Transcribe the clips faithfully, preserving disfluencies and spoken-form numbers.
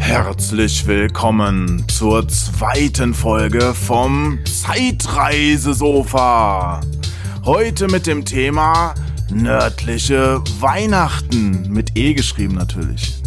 Herzlich willkommen zur zweiten Folge vom Zeitreisesofa. Heute mit dem Thema nördliche Weihnachten, mit E geschrieben natürlich.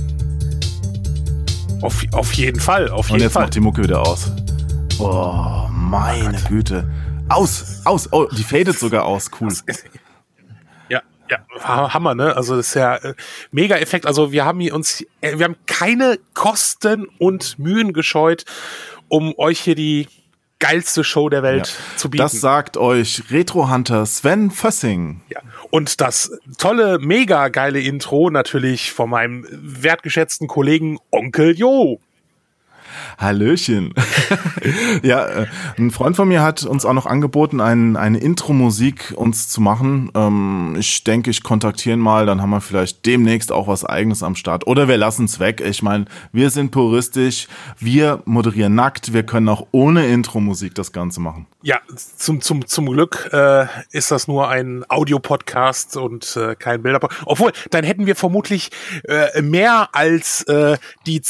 Auf, auf jeden Fall, auf jeden Und jetzt Fall. macht die Mucke wieder aus. Oh, meine oh Güte. Aus, aus, oh, die fadet sogar aus, cool. Ja, ja, Hammer, ne? Also das ist ja äh, mega Effekt. Also wir haben hier uns, äh, wir haben keine Kosten und Mühen gescheut, um euch hier die geilste Show der Welt ja. zu bieten. Das sagt euch Retro-Hunter Sven Fössing. Ja. Und das tolle, mega geile Intro natürlich von meinem wertgeschätzten Kollegen Onkel Jo. Hallöchen. Ja, äh, ein Freund von mir hat uns auch noch angeboten, ein, eine Intro-Musik uns zu machen. Ähm, ich denke, ich kontaktiere ihn mal, dann haben wir vielleicht demnächst auch was Eigenes am Start. Oder wir lassen es weg. Ich meine, wir sind puristisch, wir moderieren nackt, wir können auch ohne Intro-Musik das Ganze machen. Ja, zum, zum, zum Glück äh, ist das nur ein Audio-Podcast und äh, kein Bilder. Obwohl, dann hätten wir vermutlich äh, mehr als äh, die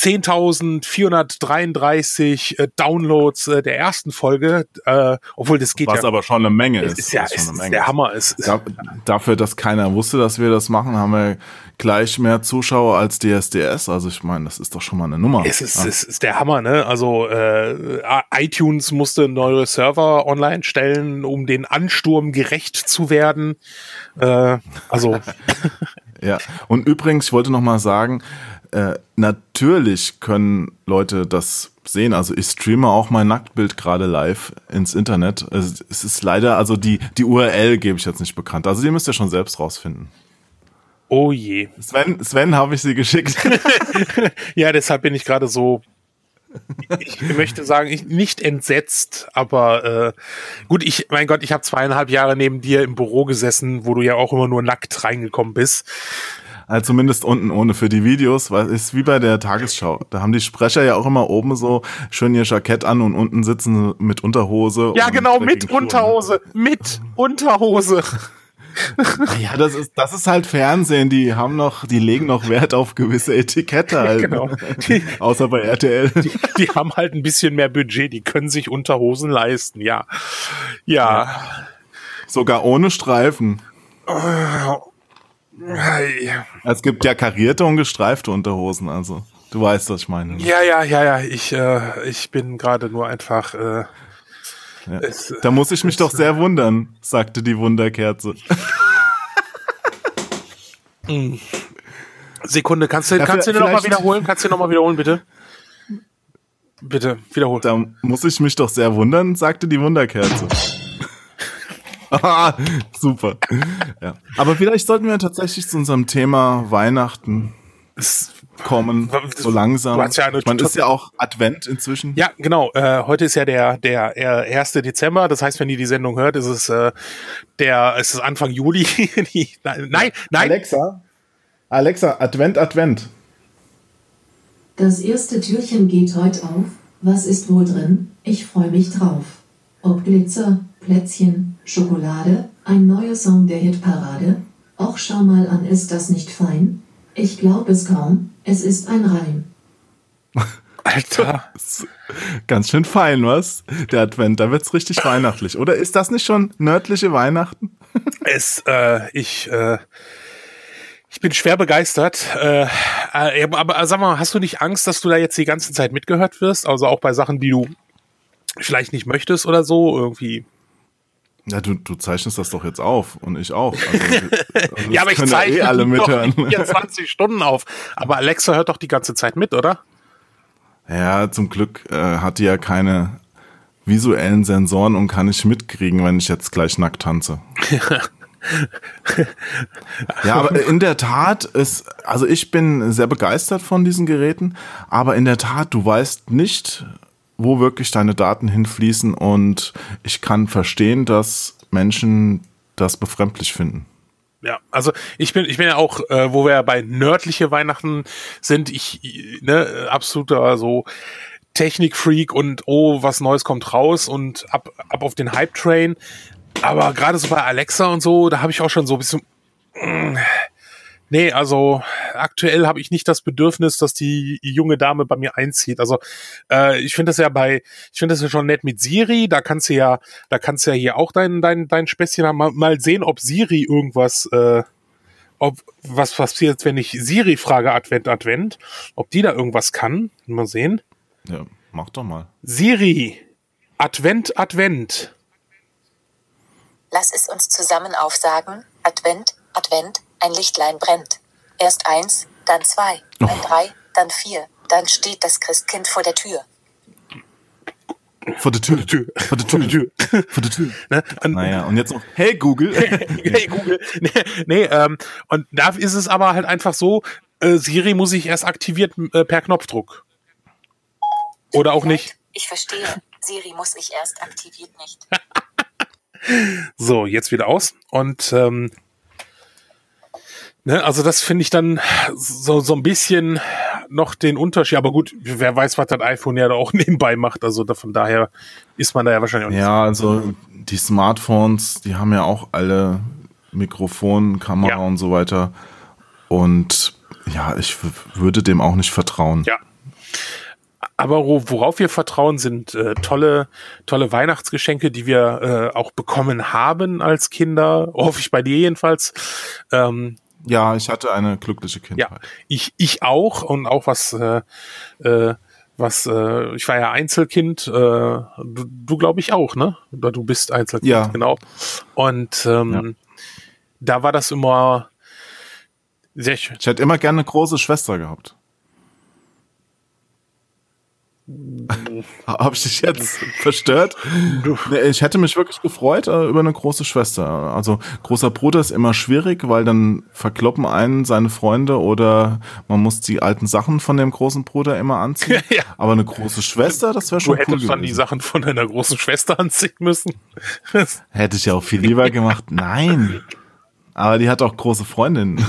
zehntausendvierhundertdreiunddreißig äh, Downloads äh, der ersten Folge. Äh, obwohl, das geht Was ja. aber schon eine Menge ist. ist ja, ist, ist, schon eine ist Menge. der Hammer. Ist, ist da, dafür, dass keiner wusste, dass wir das machen, haben wir gleich mehr Zuschauer als D S D S. Also ich meine, das ist doch schon mal eine Nummer. Es ist, ja. es ist der Hammer, ne? Also äh, iTunes musste neue Server online stellen, um den Ansturm gerecht zu werden. Äh, also ja. Und übrigens, ich wollte noch mal sagen, äh, natürlich können Leute das sehen. Also ich streame auch mein Nacktbild gerade live ins Internet. Es, es ist leider, also die die U R L gebe ich jetzt nicht bekannt. Also die müsst ihr schon selbst rausfinden. Oh je. Sven, Sven habe ich sie geschickt. Ja, deshalb bin ich gerade so, ich möchte sagen, ich, nicht entsetzt, aber äh, gut, ich, mein Gott, ich habe zweieinhalb Jahre neben dir im Büro gesessen, wo du ja auch immer nur nackt reingekommen bist. Also zumindest unten ohne für die Videos, weil es ist wie bei der Tagesschau. Da haben die Sprecher ja auch immer oben so schön ihr Jackett an und unten sitzen mit Unterhose. Ja, genau, mit Schuhen. Unterhose, mit Unterhose. Ja, das ist, das ist halt Fernsehen, die haben noch, die legen noch Wert auf gewisse Etikette halt. Genau. Die, außer bei R T L. Die, die haben halt ein bisschen mehr Budget, die können sich Unterhosen leisten, ja. Ja. ja. Sogar ohne Streifen. Es gibt ja karierte und gestreifte Unterhosen, also du weißt, was ich meine. Ja, ja, ja, ja, ich, äh, ich bin gerade nur einfach... Äh, Ja. Es, da muss ich mich doch sehr wundern, sagte die Wunderkerze. Sekunde, kannst du, ja, kannst du den nochmal wiederholen? Kannst du den nochmal wiederholen, bitte? Bitte, wiederholen. Da muss ich mich doch sehr wundern, sagte die Wunderkerze. Ah, super. Ja. Aber vielleicht sollten wir tatsächlich zu unserem Thema Weihnachten es kommen, so langsam. Ja Man ist ja auch Advent inzwischen. Ja, genau. Äh, heute ist ja der der erste Dezember. Das heißt, wenn ihr die Sendung hört, ist es äh, der ist es Anfang Juli. nein, nein, nein. Alexa, Alexa, Advent, Advent. Das erste Türchen geht heute auf. Was ist wohl drin? Ich freue mich drauf. Ob Glitzer, Plätzchen, Schokolade, ein neuer Song der Hitparade. Och, schau mal an, ist das nicht fein? Ich glaube es kaum. Es ist ein Reim. Alter. Ganz schön fein, was? Der Advent, da wird's richtig weihnachtlich. Oder ist das nicht schon nördliche Weihnachten? Es, äh, ich, äh, ich bin schwer begeistert. Äh, äh, aber sag mal, hast du nicht Angst, dass du da jetzt die ganze Zeit mitgehört wirst? Also auch bei Sachen, die du vielleicht nicht möchtest oder so, irgendwie. Ja, du, du zeichnest das doch jetzt auf und ich auch. Also, also ja, aber ich zeichne eh alle mithören. doch vierundzwanzig Stunden auf. Aber Alexa hört doch die ganze Zeit mit, oder? Ja, zum Glück äh, hat die ja keine visuellen Sensoren und kann nicht mitkriegen, wenn ich jetzt gleich nackt tanze. Ja, aber in der Tat ist, also ich bin sehr begeistert von diesen Geräten, aber in der Tat, du weißt nicht, wo wirklich deine Daten hinfließen und ich kann verstehen, dass Menschen das befremdlich finden. Ja, also ich bin ich bin ja auch, äh, wo wir ja bei nördliche Weihnachten sind, ich ne absoluter so Technikfreak und oh, was Neues kommt raus und ab ab auf den Hype-Train. Aber gerade so bei Alexa und so, da habe ich auch schon so ein bisschen Nee, also aktuell habe ich nicht das Bedürfnis, dass die junge Dame bei mir einzieht. Also äh, ich finde das ja bei, ich finde das ja schon nett mit Siri. Da kannst du ja, da kannst du ja hier auch dein dein dein Späßchen haben. Mal, mal sehen, ob Siri irgendwas, äh, ob was passiert, wenn ich Siri frage Advent Advent, ob die da irgendwas kann. Mal sehen. Ja, mach doch mal. Siri, Advent Advent. Lass es uns zusammen aufsagen. Advent, Advent, ein Lichtlein brennt. Erst eins, dann zwei, dann Oh. drei, dann vier. Dann steht das Christkind vor der Tür. Vor der Tür. Tür. Vor der Tür. Vor der Tür. Vor der Tür. Ne? Und, Naja, und jetzt noch, hey Google. hey Google. Nee, nee ähm, und da ist es aber halt einfach so, äh, Siri muss ich erst aktiviert äh, per Knopfdruck. Oder auch nicht. Ich verstehe. Siri muss ich erst aktiviert nicht. So, jetzt wieder aus. Und ähm, ne, also das finde ich dann so, so ein bisschen noch den Unterschied. Aber gut, wer weiß, was das iPhone ja da auch nebenbei macht. Also da, von daher ist man da ja wahrscheinlich auch nicht. Ja, also die Smartphones, die haben ja auch alle Mikrofon, Kamera Ja. und so weiter. Und ja, ich w- würde dem auch nicht vertrauen. Ja. Aber wo- worauf wir vertrauen, sind äh, tolle, tolle Weihnachtsgeschenke, die wir äh, auch bekommen haben als Kinder. Hoffe ich bei dir jedenfalls. Ähm, Ja, ich hatte eine glückliche ja, Kindheit. ich, ich auch. Und auch was, äh, äh, was, äh, ich war ja Einzelkind. Äh, du, du glaube ich auch, ne? Oder du bist Einzelkind, Ja. genau. Und ähm, da war das immer sehr schön. Ich hätte immer gerne eine große Schwester gehabt. Habe ich dich jetzt verstört? Nee, ich hätte mich wirklich gefreut äh, über eine große Schwester. Also großer Bruder ist immer schwierig, weil dann verkloppen einen seine Freunde oder man muss die alten Sachen von dem großen Bruder immer anziehen. Ja. Aber eine große Schwester, das wäre Du schon cool hättest dann die gewesen. Sachen von deiner großen Schwester anziehen müssen. Hätte ich ja auch viel lieber gemacht. Nein. Aber die hat auch große Freundinnen.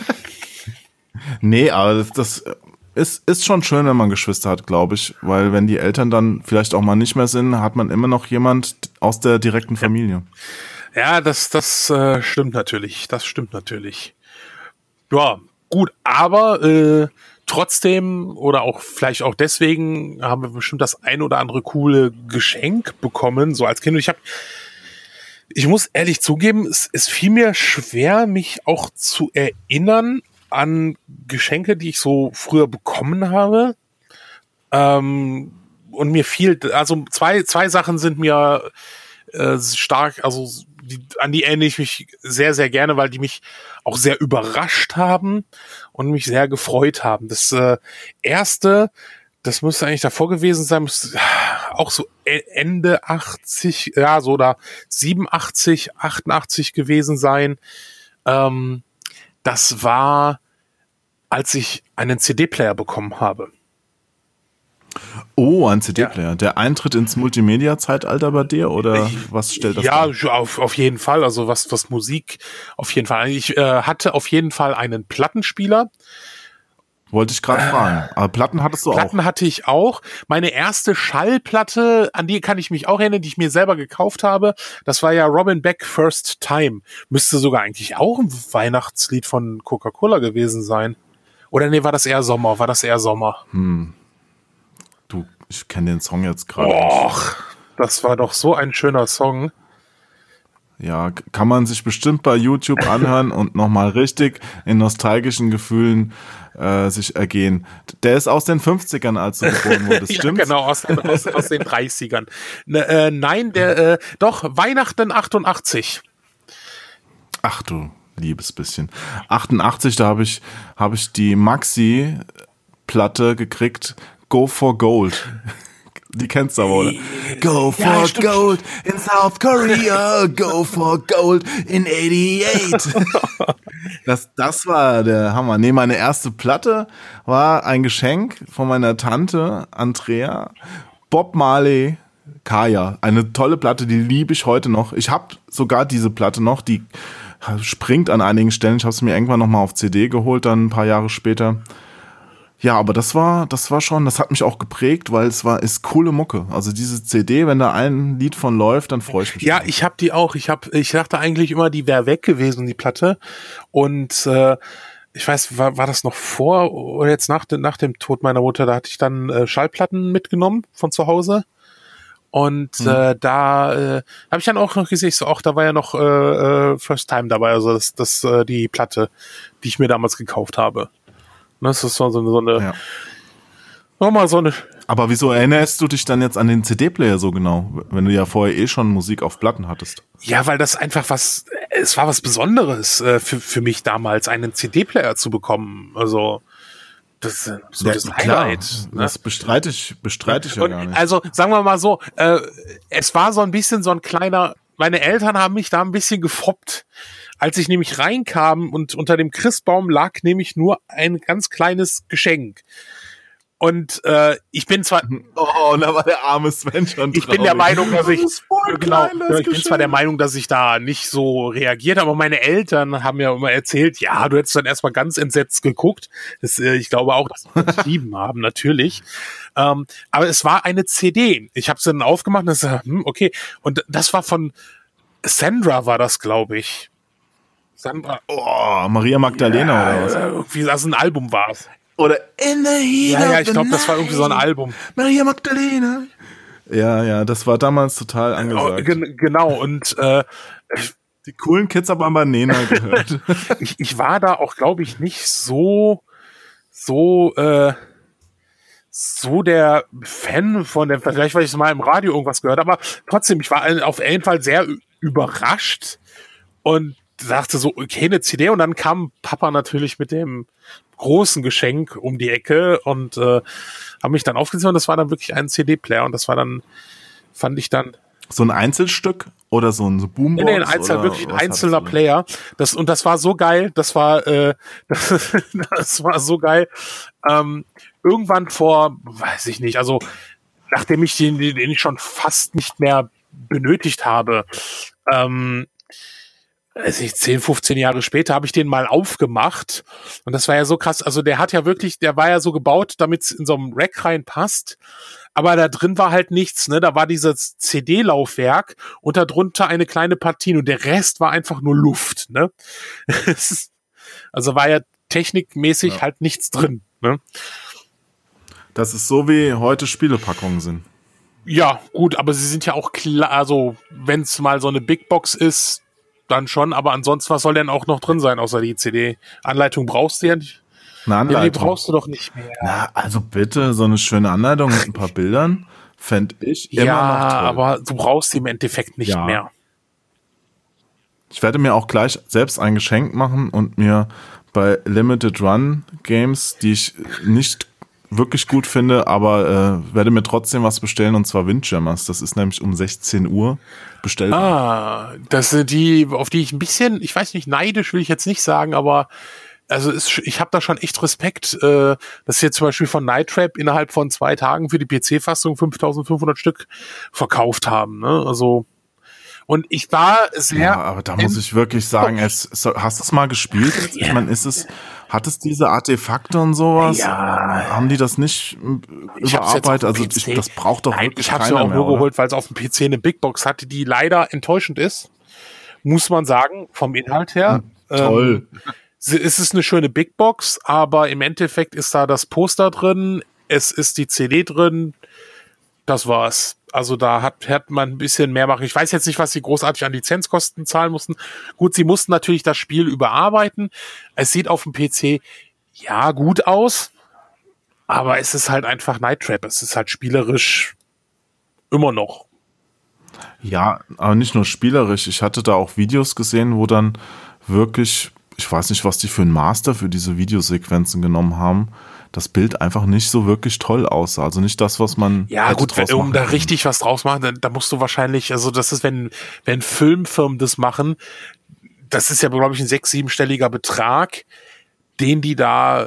Nee, aber das, das ist, ist schon schön, wenn man Geschwister hat, glaube ich. Weil wenn die Eltern dann vielleicht auch mal nicht mehr sind, hat man immer noch jemand aus der direkten Familie. Ja, das, das äh, stimmt natürlich. Das stimmt natürlich. Ja, gut, aber äh, trotzdem oder auch vielleicht auch deswegen haben wir bestimmt das ein oder andere coole Geschenk bekommen, so als Kind. Und ich habe, ich muss ehrlich zugeben, es, es fiel mir schwer, mich auch zu erinnern an Geschenke, die ich so früher bekommen habe. Ähm, und mir fiel, also zwei, zwei Sachen sind mir äh, stark, also die, an die erinnere ich mich sehr, sehr gerne, weil die mich auch sehr überrascht haben und mich sehr gefreut haben. Das äh, erste, das müsste eigentlich davor gewesen sein, müsste auch so Ende achtzig, ja, so da siebenundachtzig, achtundachtzig gewesen sein. Ähm, das war, als ich einen C D-Player bekommen habe. Oh, ein C D-Player. Der Eintritt ins Multimedia-Zeitalter bei dir oder was stellt das Ja, dar? auf, auf jeden Fall. Also was, was Musik auf jeden Fall. Ich äh, hatte auf jeden Fall einen Plattenspieler. Wollte ich gerade fragen. Aber Platten hattest du Platten auch. hatte ich auch. Meine erste Schallplatte, an die kann ich mich auch erinnern, die ich mir selber gekauft habe. Das war ja Robin Beck First Time. Müsste sogar eigentlich auch ein Weihnachtslied von Coca-Cola gewesen sein. Oder nee, war das eher Sommer? War das eher Sommer? Du, ich kenne den Song jetzt gerade nicht. Och, das war doch so ein schöner Song. Ja, k- kann man sich bestimmt bei YouTube anhören und nochmal richtig in nostalgischen Gefühlen äh, sich ergehen. Der ist aus den fünfzigern, als du geboren wurdest, Ja, stimmt's? genau, aus, den- aus, aus den dreißigern. Ne, äh, nein, der, äh, doch, Weihnachten achtundachtzig. Ach du liebes bisschen. achtundachtzig, da habe ich, hab ich die Maxi-Platte gekriegt, Go for Gold. Die kennst du aber, oder? Go for Ja, stimmt. Gold in South Korea, go for Gold in achtundachtzig. Das, das war der Hammer. Nee, meine erste Platte war ein Geschenk von meiner Tante Andrea. Bob Marley, Kaya. Eine tolle Platte, die liebe ich heute noch. Ich habe sogar diese Platte noch, die springt an einigen Stellen. Ich habe sie mir irgendwann noch mal auf C D geholt, dann ein paar Jahre später. Ja, aber das war, das war schon, das hat mich auch geprägt, weil es war, ist coole Mucke. Also diese C D, wenn da ein Lied von läuft, dann freue ich mich. Ja, drauf. ich habe die auch. Ich hab, ich dachte eigentlich immer, die wäre weg gewesen, die Platte. Und äh, ich weiß, war, war das noch vor oder jetzt nach, nach dem Tod meiner Mutter, da hatte ich dann äh, Schallplatten mitgenommen von zu Hause. Und hm. äh, da äh, habe ich dann auch noch gesehen, ich so, auch da war ja noch äh, First Time dabei, also das, das äh, die Platte, die ich mir damals gekauft habe. Das ist so, so eine, so eine ja. nochmal so eine. Aber wieso erinnerst du dich dann jetzt an den C D-Player so genau, wenn du ja vorher eh schon Musik auf Platten hattest? Ja, weil das einfach was, es war was Besonderes äh, für, für mich damals, einen C D-Player zu bekommen. Also das ist so ja, das klar, Highlight. Ne? Das bestreite ich, bestreite ich ja Und gar nicht. Also sagen wir mal so, äh, es war so ein bisschen so ein kleiner, meine Eltern haben mich da ein bisschen gefoppt. Als ich nämlich reinkam und unter dem Christbaum lag nämlich nur ein ganz kleines Geschenk. Und äh, ich bin zwar oh, und da war der arme Sven schon traurig. Ich bin der Meinung, dass ich genau, klein, ich bin zwar der Meinung, dass ich da nicht so reagiert, aber meine Eltern haben ja immer erzählt, ja, du hättest dann erstmal ganz entsetzt geguckt. Das, äh, ich glaube auch, dass sie das geschrieben haben, natürlich. Ähm, aber es war eine C D. Ich habe sie dann aufgemacht und das, hm, okay. Und das war von Sandra, war das, glaube ich. Sandra. Oh, Maria Magdalena ja, oder was? Irgendwie, also ein Album war es. Oder In the Heat Ja, ja, of ich the glaube, das war irgendwie so ein Album. Maria Magdalena. Ja, ja, das war damals total angesagt. Oh, gen- genau, und äh, die coolen Kids haben aber Nena gehört. ich, ich war da auch, glaube ich, nicht so, so, äh, so der Fan von dem, vielleicht weil ich mal im Radio irgendwas gehört habe, aber trotzdem, ich war auf jeden Fall sehr überrascht und sagte so, okay, eine C D, und dann kam Papa natürlich mit dem großen Geschenk um die Ecke und äh, haben mich dann aufgezogen und das war dann wirklich ein C D-Player und das war dann, fand ich dann so ein Einzelstück oder so ein so Boombox? Nee, nee, ein Einzel, wirklich ein einzelner Player. Das, und das war so geil, das war, äh, das, das war so geil. Ähm, irgendwann vor, weiß ich nicht, also nachdem ich den, den ich schon fast nicht mehr benötigt habe, ähm, also zehn, fünfzehn Jahre später habe ich den mal aufgemacht und das war ja so krass, also der hat ja wirklich, der war ja so gebaut, damit es in so einem Rack reinpasst, aber da drin war halt nichts, ne, da war dieses C D-Laufwerk und darunter eine kleine Platine und der Rest war einfach nur Luft, ne. Also war ja technikmäßig ja. halt nichts drin, ne. Das ist so, wie heute Spielepackungen sind. Ja, gut, aber sie sind ja auch klar, also wenn es mal so eine Big Box ist, dann schon, aber ansonsten, was soll denn auch noch drin sein, außer die C D? Anleitung brauchst du ja nicht. Eine Anleitung. Ja, die brauchst du doch nicht mehr. Na, also bitte, so eine schöne Anleitung mit ein paar Bildern fände ich immer ja, noch toll. Aber du brauchst sie im Endeffekt nicht ja. mehr. Ich werde mir auch gleich selbst ein Geschenk machen und mir bei Limited Run Games, die ich nicht wirklich gut finde, aber äh, werde mir trotzdem was bestellen, und zwar Windjammers. Das ist nämlich um sechzehn Uhr bestellbar. Ah, das sind die, auf die ich ein bisschen, ich weiß nicht, neidisch will ich jetzt nicht sagen, aber also ist, ich habe da schon echt Respekt, äh, dass sie jetzt zum Beispiel von Night Trap innerhalb von zwei Tagen für die P C-Fassung fünftausendfünfhundert Stück verkauft haben. Ne? Also und ich war sehr... Ja, aber da muss ich wirklich sagen, es, hast du es mal gespielt? Ich meine, ist es, hat es diese Artefakte und sowas? Ja. Haben die das nicht überarbeitet? Also ich, das braucht doch Nein, wirklich ich habe keiner sie auch mehr, nur oder? geholt, weil es auf dem P C eine Big Box hatte, die leider enttäuschend ist, muss man sagen, vom Inhalt her. Hm, toll. Ähm, es ist eine schöne Big Box, aber im Endeffekt ist da das Poster drin, es ist die C D drin, das war's. Also da hat, hat man ein bisschen mehr machen. Ich weiß jetzt nicht, was sie großartig an Lizenzkosten zahlen mussten. Gut, sie mussten natürlich das Spiel überarbeiten. Es sieht auf dem P C ja gut aus, aber es ist halt einfach Night Trap. Es ist halt spielerisch immer noch. Ja, aber nicht nur spielerisch. Ich hatte da auch Videos gesehen, wo dann wirklich, ich weiß nicht, was die für einen Master für diese Videosequenzen genommen haben, das Bild einfach nicht so wirklich toll aussah. Also nicht das, was man ja gut, wenn, um da richtig was draus machen, dann, da musst du wahrscheinlich, also das ist, wenn wenn Filmfirmen das machen, das ist ja, glaube ich, ein sechs-, siebenstelliger Betrag, den die da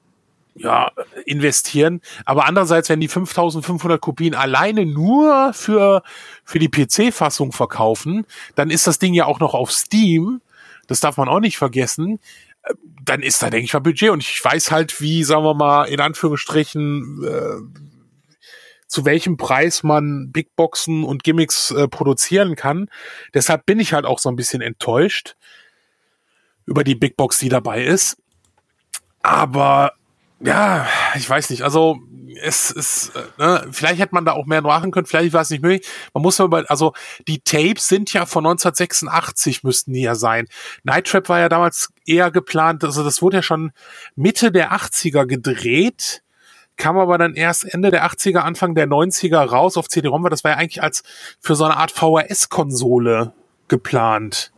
ja investieren. Aber andererseits, wenn die fünftausendfünfhundert Kopien alleine nur für für die P C-Fassung verkaufen, dann ist das Ding ja auch noch auf Steam. Das darf man auch nicht vergessen. Dann ist da, denke ich mal, Budget. Und ich weiß halt, wie, sagen wir mal, in Anführungsstrichen, äh, zu welchem Preis man Big Boxen und Gimmicks äh, produzieren kann. Deshalb bin ich halt auch so ein bisschen enttäuscht über die Big Box, die dabei ist. Aber ja, ich weiß nicht, also es ist, äh, ne, vielleicht hätte man da auch mehr machen können, vielleicht war es nicht möglich. Man muss aber, also die Tapes sind ja von neunzehnhundertsechsundachtzig, müssten die ja sein. Night Trap war ja damals eher geplant, also das wurde ja schon Mitte der achtziger gedreht, kam aber dann erst Ende der achtziger, Anfang der neunziger raus auf C D-ROM, weil das war ja eigentlich als für so eine Art V H S-Konsole geplant.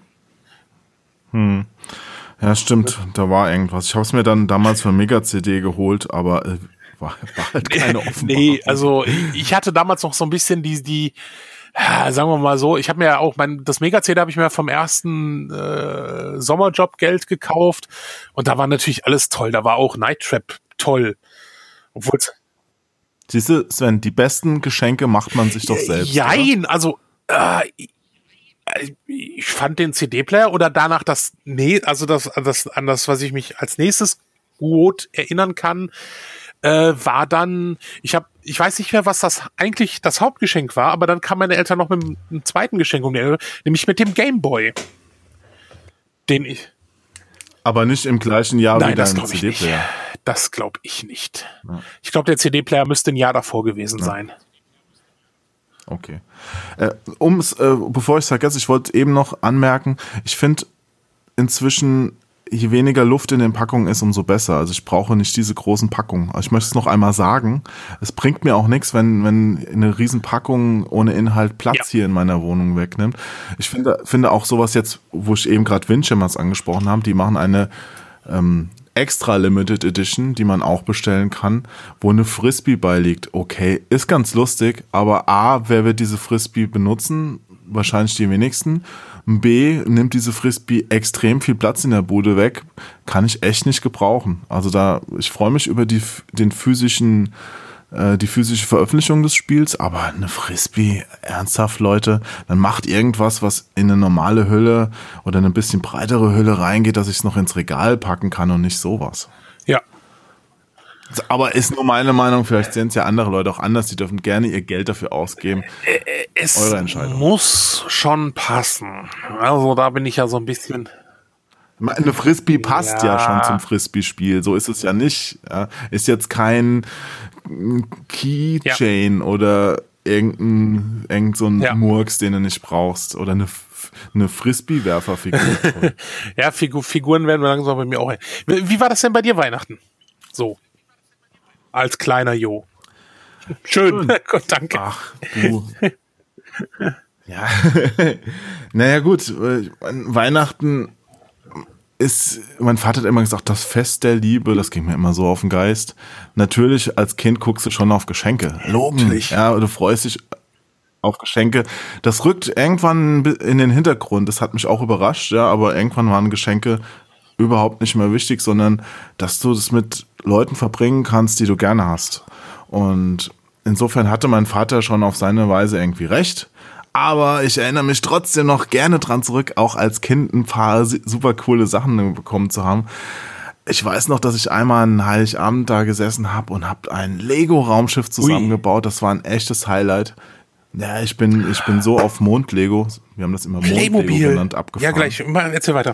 Hm. Ja, stimmt, da war irgendwas. Ich habe es mir dann damals für Mega-C D geholt, aber äh, war, war halt keine Offenbarung. Nee, also ich hatte damals noch so ein bisschen die, die ja, sagen wir mal so, ich habe mir ja auch, mein, das Mega-C D habe ich mir vom ersten äh, Sommerjob Geld gekauft und da war natürlich alles toll, da war auch Night Trap toll. Obwohl's Siehst du, Sven, die besten Geschenke macht man sich doch selbst. Jein, oder? also äh, ich fand den C D-Player oder danach das, nee, also das, das, an das, was ich mich als nächstes gut erinnern kann, äh, war dann, ich habe, ich weiß nicht mehr, was das eigentlich das Hauptgeschenk war, aber dann kam meine Eltern noch mit einem zweiten Geschenk um die Ecke, nämlich mit dem Gameboy. Den ich. Aber nicht im gleichen Jahr Nein, wie das dein glaube ich C D-Player. nicht. Das glaube ich nicht. Ja. Ich glaube, der C D-Player müsste ein Jahr davor gewesen Ja. sein. Okay. Äh, um's, äh, bevor ich es vergesse, ich wollte eben noch anmerken, ich finde inzwischen, je weniger Luft in den Packungen ist, umso besser. Also ich brauche nicht diese großen Packungen. Also ich möchte es noch einmal sagen, es bringt mir auch nichts, wenn, wenn eine riesen Packung ohne Inhalt Platz Ja. hier in meiner Wohnung wegnimmt. Ich finde, finde auch sowas jetzt, wo ich eben gerade Windshimmers angesprochen habe, die machen eine ähm, extra Limited Edition, die man auch bestellen kann, wo eine Frisbee beiliegt. Okay, ist ganz lustig, aber A, wer wird diese Frisbee benutzen? Wahrscheinlich die wenigsten. B, nimmt diese Frisbee extrem viel Platz in der Bude weg. Kann ich echt nicht gebrauchen. Also da, ich freue mich über die, den physischen, äh, die physische Veröffentlichung des Spiels, aber eine Frisbee, ernsthaft, Leute, dann macht irgendwas, was in eine normale Hülle oder eine bisschen breitere Hülle reingeht, dass ich es noch ins Regal packen kann und nicht sowas. Ja. Aber ist nur meine Meinung, vielleicht sehen es ja andere Leute auch anders, die dürfen gerne ihr Geld dafür ausgeben. Es Eure Entscheidung. muss schon passen. Also da bin ich ja so ein bisschen. Eine Frisbee passt ja, Ja. schon zum Frisbee-Spiel, so ist es ja nicht. Ja. Ist jetzt kein Keychain oder irgendein, irgend so ein Ja. Murks, den du nicht brauchst. Oder eine, F- eine Frisbee-Werferfigur. Ja, Figur, Figuren werden wir langsam bei mir auch. Wie wie war das denn bei dir Weihnachten? So. Als kleiner Jo. Schön. Gut, danke. Ach, du. Ja. Naja, gut. äh, Weihnachten ist, mein Vater hat immer gesagt, das Fest der Liebe, das ging mir immer so auf den Geist. Natürlich, als Kind guckst du schon auf Geschenke. Logen. Natürlich. Ja, du freust dich auf Geschenke. Das rückt irgendwann in den Hintergrund. Das hat mich auch überrascht, ja, aber irgendwann waren Geschenke überhaupt nicht mehr wichtig, sondern dass du das mit Leuten verbringen kannst, die du gerne hast. Und insofern hatte mein Vater schon auf seine Weise irgendwie recht. Aber ich erinnere mich trotzdem noch gerne dran zurück, auch als Kind ein paar super coole Sachen bekommen zu haben. Ich weiß noch, dass ich einmal einen Heiligabend da gesessen habe und habe ein Lego-Raumschiff zusammengebaut. Das war ein echtes Highlight. Ja, ich bin, ich bin so auf Mond-Lego. Wir haben das immer Mond-Lego Playmobil. genannt, abgefahren. Ja, gleich. Mal, erzähl weiter.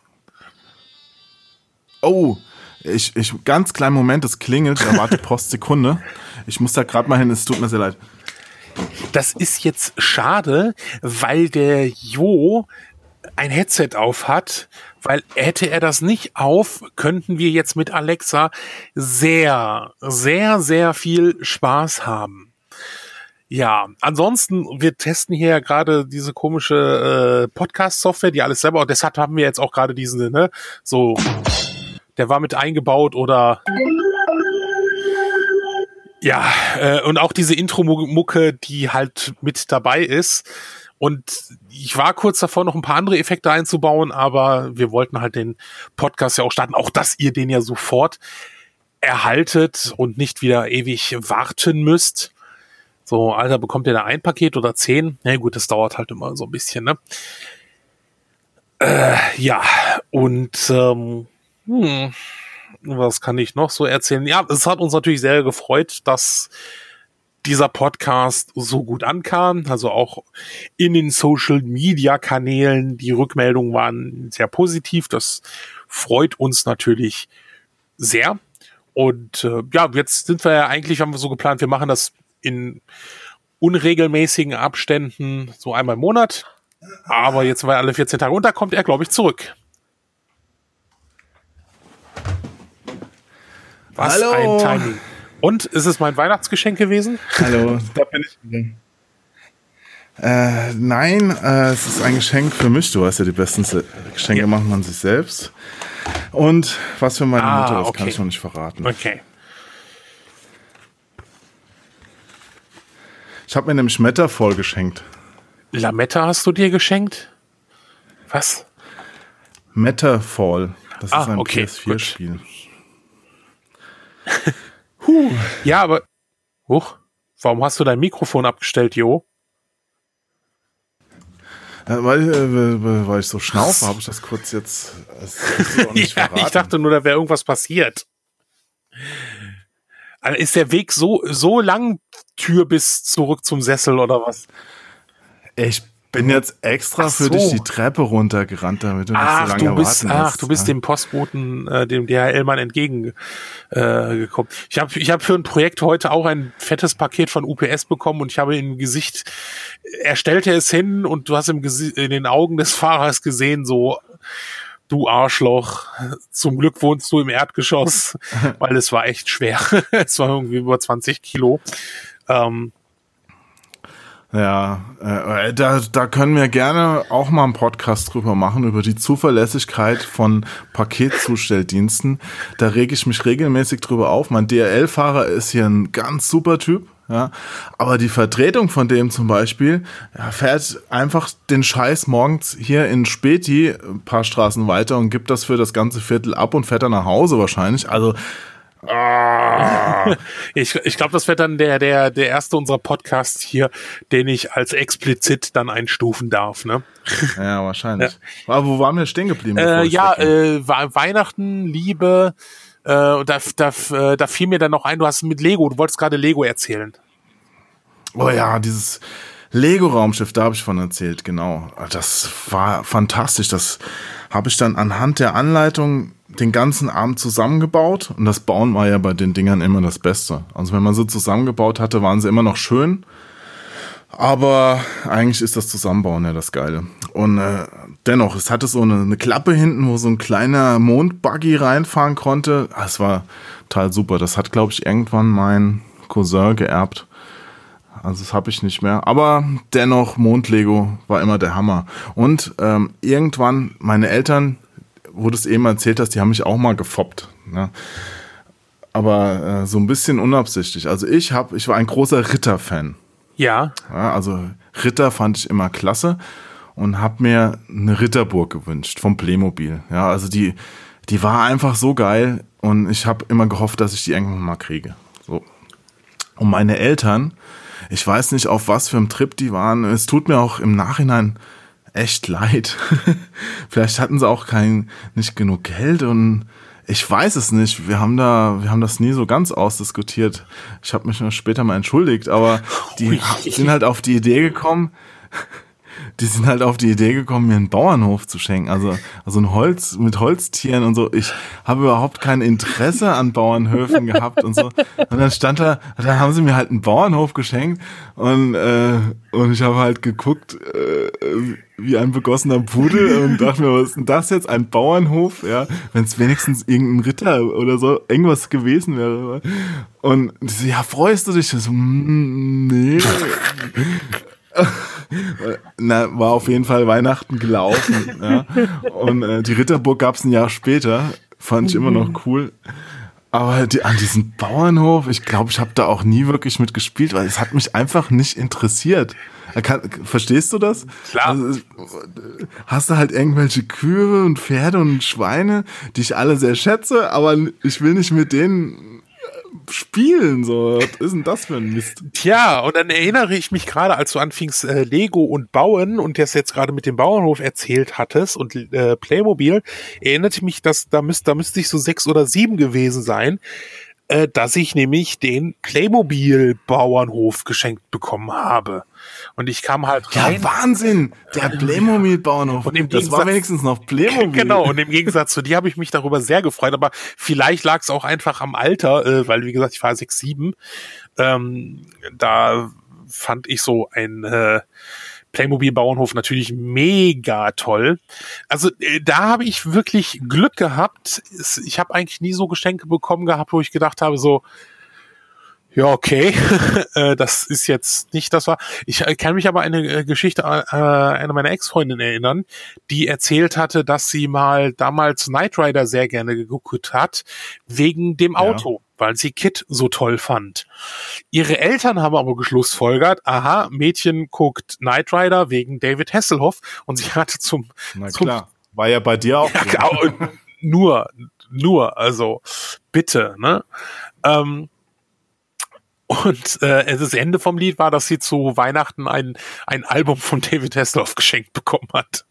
Oh, ich, ich, ganz kleinen Moment, es klingelt, ich erwarte Postsekunde. Ich muss da gerade mal hin, es tut mir sehr leid. Das ist jetzt schade, weil der Jo ein Headset auf hat, weil hätte er das nicht auf, könnten wir jetzt mit Alexa sehr, sehr, sehr viel Spaß haben. Ja, ansonsten, wir testen hier ja gerade diese komische äh, Podcast-Software, die alles selber, und deshalb haben wir jetzt auch gerade diesen, ne, so, der war mit eingebaut oder ja, äh, und auch diese Intro-Mucke, die halt mit dabei ist. Und ich war kurz davor, noch ein paar andere Effekte einzubauen, aber wir wollten halt den Podcast ja auch starten. Auch, dass ihr den ja sofort erhaltet und nicht wieder ewig warten müsst. So, Alter, bekommt ihr da ein Paket oder zehn? Na gut, das dauert halt immer so ein bisschen, ne? Äh, ja, und ähm, hm, was kann ich noch so erzählen? Ja, es hat uns natürlich sehr gefreut, dass dieser Podcast so gut ankam. Also auch in den Social-Media-Kanälen. Die Rückmeldungen waren sehr positiv. Das freut uns natürlich sehr. Und äh, ja, jetzt sind wir ja eigentlich, haben wir so geplant, wir machen das in unregelmäßigen Abständen so einmal im Monat. Aber jetzt, weil alle vierzehn Tage und da kommt er, glaube ich, zurück. Was Hallo. ein Timing. Und, ist es mein Weihnachtsgeschenk gewesen? Hallo, da bin ich wieder. Äh, nein, äh, es ist ein Geschenk für mich. Du weißt ja, die besten Se- Geschenke Ja. macht man sich selbst. Und was für meine Ah, Mutter, das okay. kann ich noch nicht verraten. Okay. Ich habe mir nämlich Matterfall geschenkt. Lametta hast du dir geschenkt? Was? Matterfall, das Ah, ist ein okay, P S vier Spiel. Ja, aber. Huch, warum hast du dein Mikrofon abgestellt, Jo? Äh, weil, äh, weil ich so schnaufe, habe ich das kurz jetzt das kannst du auch nicht Ja, verraten. ich dachte nur, da wäre irgendwas passiert. Also ist der Weg so, so lang, Tür bis zurück zum Sessel oder was? Ich bin jetzt extra Ach für so. dich die Treppe runtergerannt, damit du nicht so Ach, lange du bist, warten ach, musst. du bist Ja. dem Postboten, äh, dem D H L-Mann entgegengekommen. Äh, gekommen. ich habe ich hab für ein Projekt heute auch ein fettes Paket von U P S bekommen und ich habe im Gesicht, er stellte es hin und du hast im Gesi- in den Augen des Fahrers gesehen, so, du Arschloch, zum Glück wohnst du im Erdgeschoss, weil es war echt schwer. Es war irgendwie über zwanzig Kilo. Ähm, Ja, äh, da, da können wir gerne auch mal einen Podcast drüber machen, über die Zuverlässigkeit von Paketzustelldiensten. Da rege ich mich regelmäßig drüber auf. Mein D H L-Fahrer ist hier ein ganz super Typ, ja, aber die Vertretung von dem zum Beispiel, ja, fährt einfach den Scheiß morgens hier in Späti ein paar Straßen weiter und gibt das für das ganze Viertel ab und fährt dann nach Hause wahrscheinlich. Also Ich, ich glaube, das wird dann der, der, der erste unserer Podcasts hier, den ich als explizit dann einstufen darf, ne? ja, wahrscheinlich. Aber wo waren wir stehen geblieben? bevor Äh, ich ja, wegging? äh, We- Weihnachten, Liebe, äh, und da, da, äh, da fiel mir dann noch ein, du hast mit Lego, du wolltest gerade Lego erzählen. Oh ja, dieses Lego-Raumschiff, da habe ich von erzählt, genau. Das war fantastisch. Das habe ich dann anhand der Anleitung den ganzen Abend zusammengebaut. Und das Bauen war ja bei den Dingern immer das Beste. Also wenn man sie zusammengebaut hatte, waren sie immer noch schön. Aber eigentlich ist das Zusammenbauen ja das Geile. Und äh, dennoch, es hatte so eine, eine Klappe hinten, wo so ein kleiner Mondbuggy reinfahren konnte. Es war total super. Das hat, glaube ich, irgendwann mein Cousin geerbt. Also das habe ich nicht mehr. Aber dennoch, Mondlego war immer der Hammer. Und ähm, irgendwann, meine Eltern, wo du es eben erzählt hast, die haben mich auch mal gefoppt. Ne? Aber äh, so ein bisschen unabsichtlich. Also ich hab, ich war ein großer Ritter-Fan. Ja. Ja, also Ritter fand ich immer klasse und habe mir eine Ritterburg gewünscht vom Playmobil. Ja, also die, die war einfach so geil und ich habe immer gehofft, dass ich die irgendwann mal kriege. So. Und meine Eltern, ich weiß nicht, auf was für einem Trip die waren. Es tut mir auch im Nachhinein echt leid. Vielleicht hatten sie auch kein, nicht genug Geld und ich weiß es nicht. Wir haben da, wir haben das nie so ganz ausdiskutiert. Ich habe mich noch später mal entschuldigt, aber die Ui. sind halt auf die Idee gekommen, die sind halt auf die Idee gekommen, mir einen Bauernhof zu schenken. Also, also ein Holz mit Holztieren und so. Ich habe überhaupt kein Interesse an Bauernhöfen gehabt und so. Und dann stand da, dann haben sie mir halt einen Bauernhof geschenkt und, äh, und ich habe halt geguckt, äh, wie ein begossener Pudel und dachte mir, was ist denn das jetzt? Ein Bauernhof? Ja, wenn es wenigstens irgendein Ritter oder so irgendwas gewesen wäre. Und die so, ja, freust du dich? Ich so, mm, nee. Na, war auf jeden Fall Weihnachten gelaufen. Ja. Und äh, die Ritterburg gab es ein Jahr später. Fand ich immer noch cool. Aber die, an diesem Bauernhof, ich glaube, ich habe da auch nie wirklich mit gespielt, weil es hat mich einfach nicht interessiert. Kann, verstehst du das? Klar. Also, hast du halt irgendwelche Kühe und Pferde und Schweine, die ich alle sehr schätze, aber ich will nicht mit denen spielen. So, was ist denn das für ein Mist? Tja, und dann erinnere ich mich gerade, als du anfingst äh, Lego und Bauen und das jetzt gerade mit dem Bauernhof erzählt hattest und äh, Playmobil, erinnerte mich, dass da müsste da müsste ich so sechs oder sieben gewesen sein. äh, dass ich nämlich den Playmobil-Bauernhof geschenkt bekommen habe. Und ich kam halt rein. Ja, Wahnsinn! Der Playmobil-Bauernhof. Und im das war wenigstens noch Playmobil. Genau, und im Gegensatz zu dir habe ich mich darüber sehr gefreut, aber vielleicht lag es auch einfach am Alter, äh, weil, wie gesagt, ich war sechs, sieben. Ähm, da fand ich so ein äh, Playmobil-Bauernhof natürlich mega toll. Also äh, da habe ich wirklich Glück gehabt. Es, ich habe eigentlich nie so Geschenke bekommen gehabt, wo ich gedacht habe, so, ja, okay, äh, das ist jetzt nicht das war. Ich äh, kann mich aber an eine äh, Geschichte äh, einer meiner Ex-Freundinnen erinnern, die erzählt hatte, dass sie mal damals Knight Rider sehr gerne geguckt hat, wegen dem Auto, ja. weil sie Kid so toll fand. Ihre Eltern haben aber geschlussfolgert, aha, Mädchen guckt Knight Rider wegen David Hasselhoff und sie hatte zum... Na zum, klar, war ja bei dir auch. Ja, klar, nur, nur, also bitte, ne? Ähm, Und äh, das Ende vom Lied war, dass sie zu Weihnachten ein, ein Album von David Hasselhoff geschenkt bekommen hat.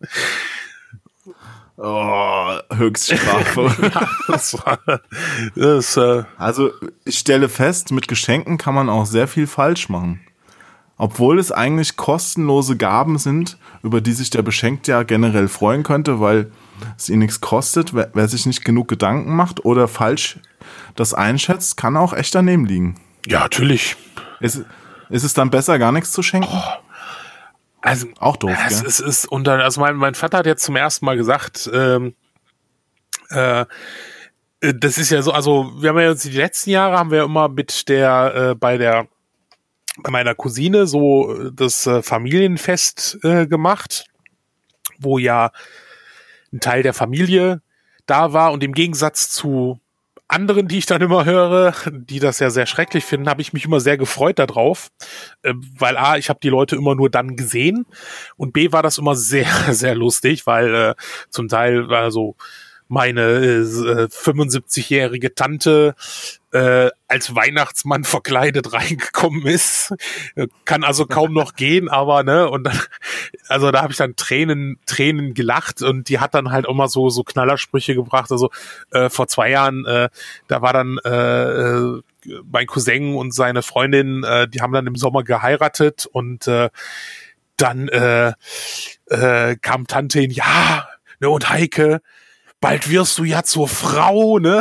Oh, Höchststrafe. Ja, das war, das, äh also ich stelle fest, mit Geschenken kann man auch sehr viel falsch machen. Obwohl es eigentlich kostenlose Gaben sind, über die sich der Beschenkte ja generell freuen könnte, weil es ihn nichts kostet. Wer, wer sich nicht genug Gedanken macht oder falsch das einschätzt, kann auch echt daneben liegen. Ja, natürlich. Ist, ist es dann besser, gar nichts zu schenken? Oh, also auch doof, es, gell? Es ist unter, also mein, mein Vater hat jetzt zum ersten Mal gesagt, ähm, äh, das ist ja so, also wir haben ja jetzt die letzten Jahre haben wir immer mit der äh, bei der bei meiner Cousine so das äh, Familienfest äh, gemacht, wo ja ein Teil der Familie da war und im Gegensatz zu anderen, die ich dann immer höre, die das ja sehr schrecklich finden, habe ich mich immer sehr gefreut darauf, äh, weil A, ich habe die Leute immer nur dann gesehen und B, war das immer sehr, sehr lustig, weil äh, zum Teil war so meine äh, fünfundsiebzigjährige Tante äh, als Weihnachtsmann verkleidet reingekommen ist, kann also kaum noch gehen, aber ne, und dann, also da habe ich dann Tränen, Tränen gelacht und die hat dann halt immer so so Knallersprüche gebracht, also äh, vor zwei Jahren, äh, da war dann äh, mein Cousin und seine Freundin, äh, die haben dann im Sommer geheiratet und äh, dann äh, äh, kam Tante hin, ja, ne, und Heike, bald wirst du ja zur Frau, ne?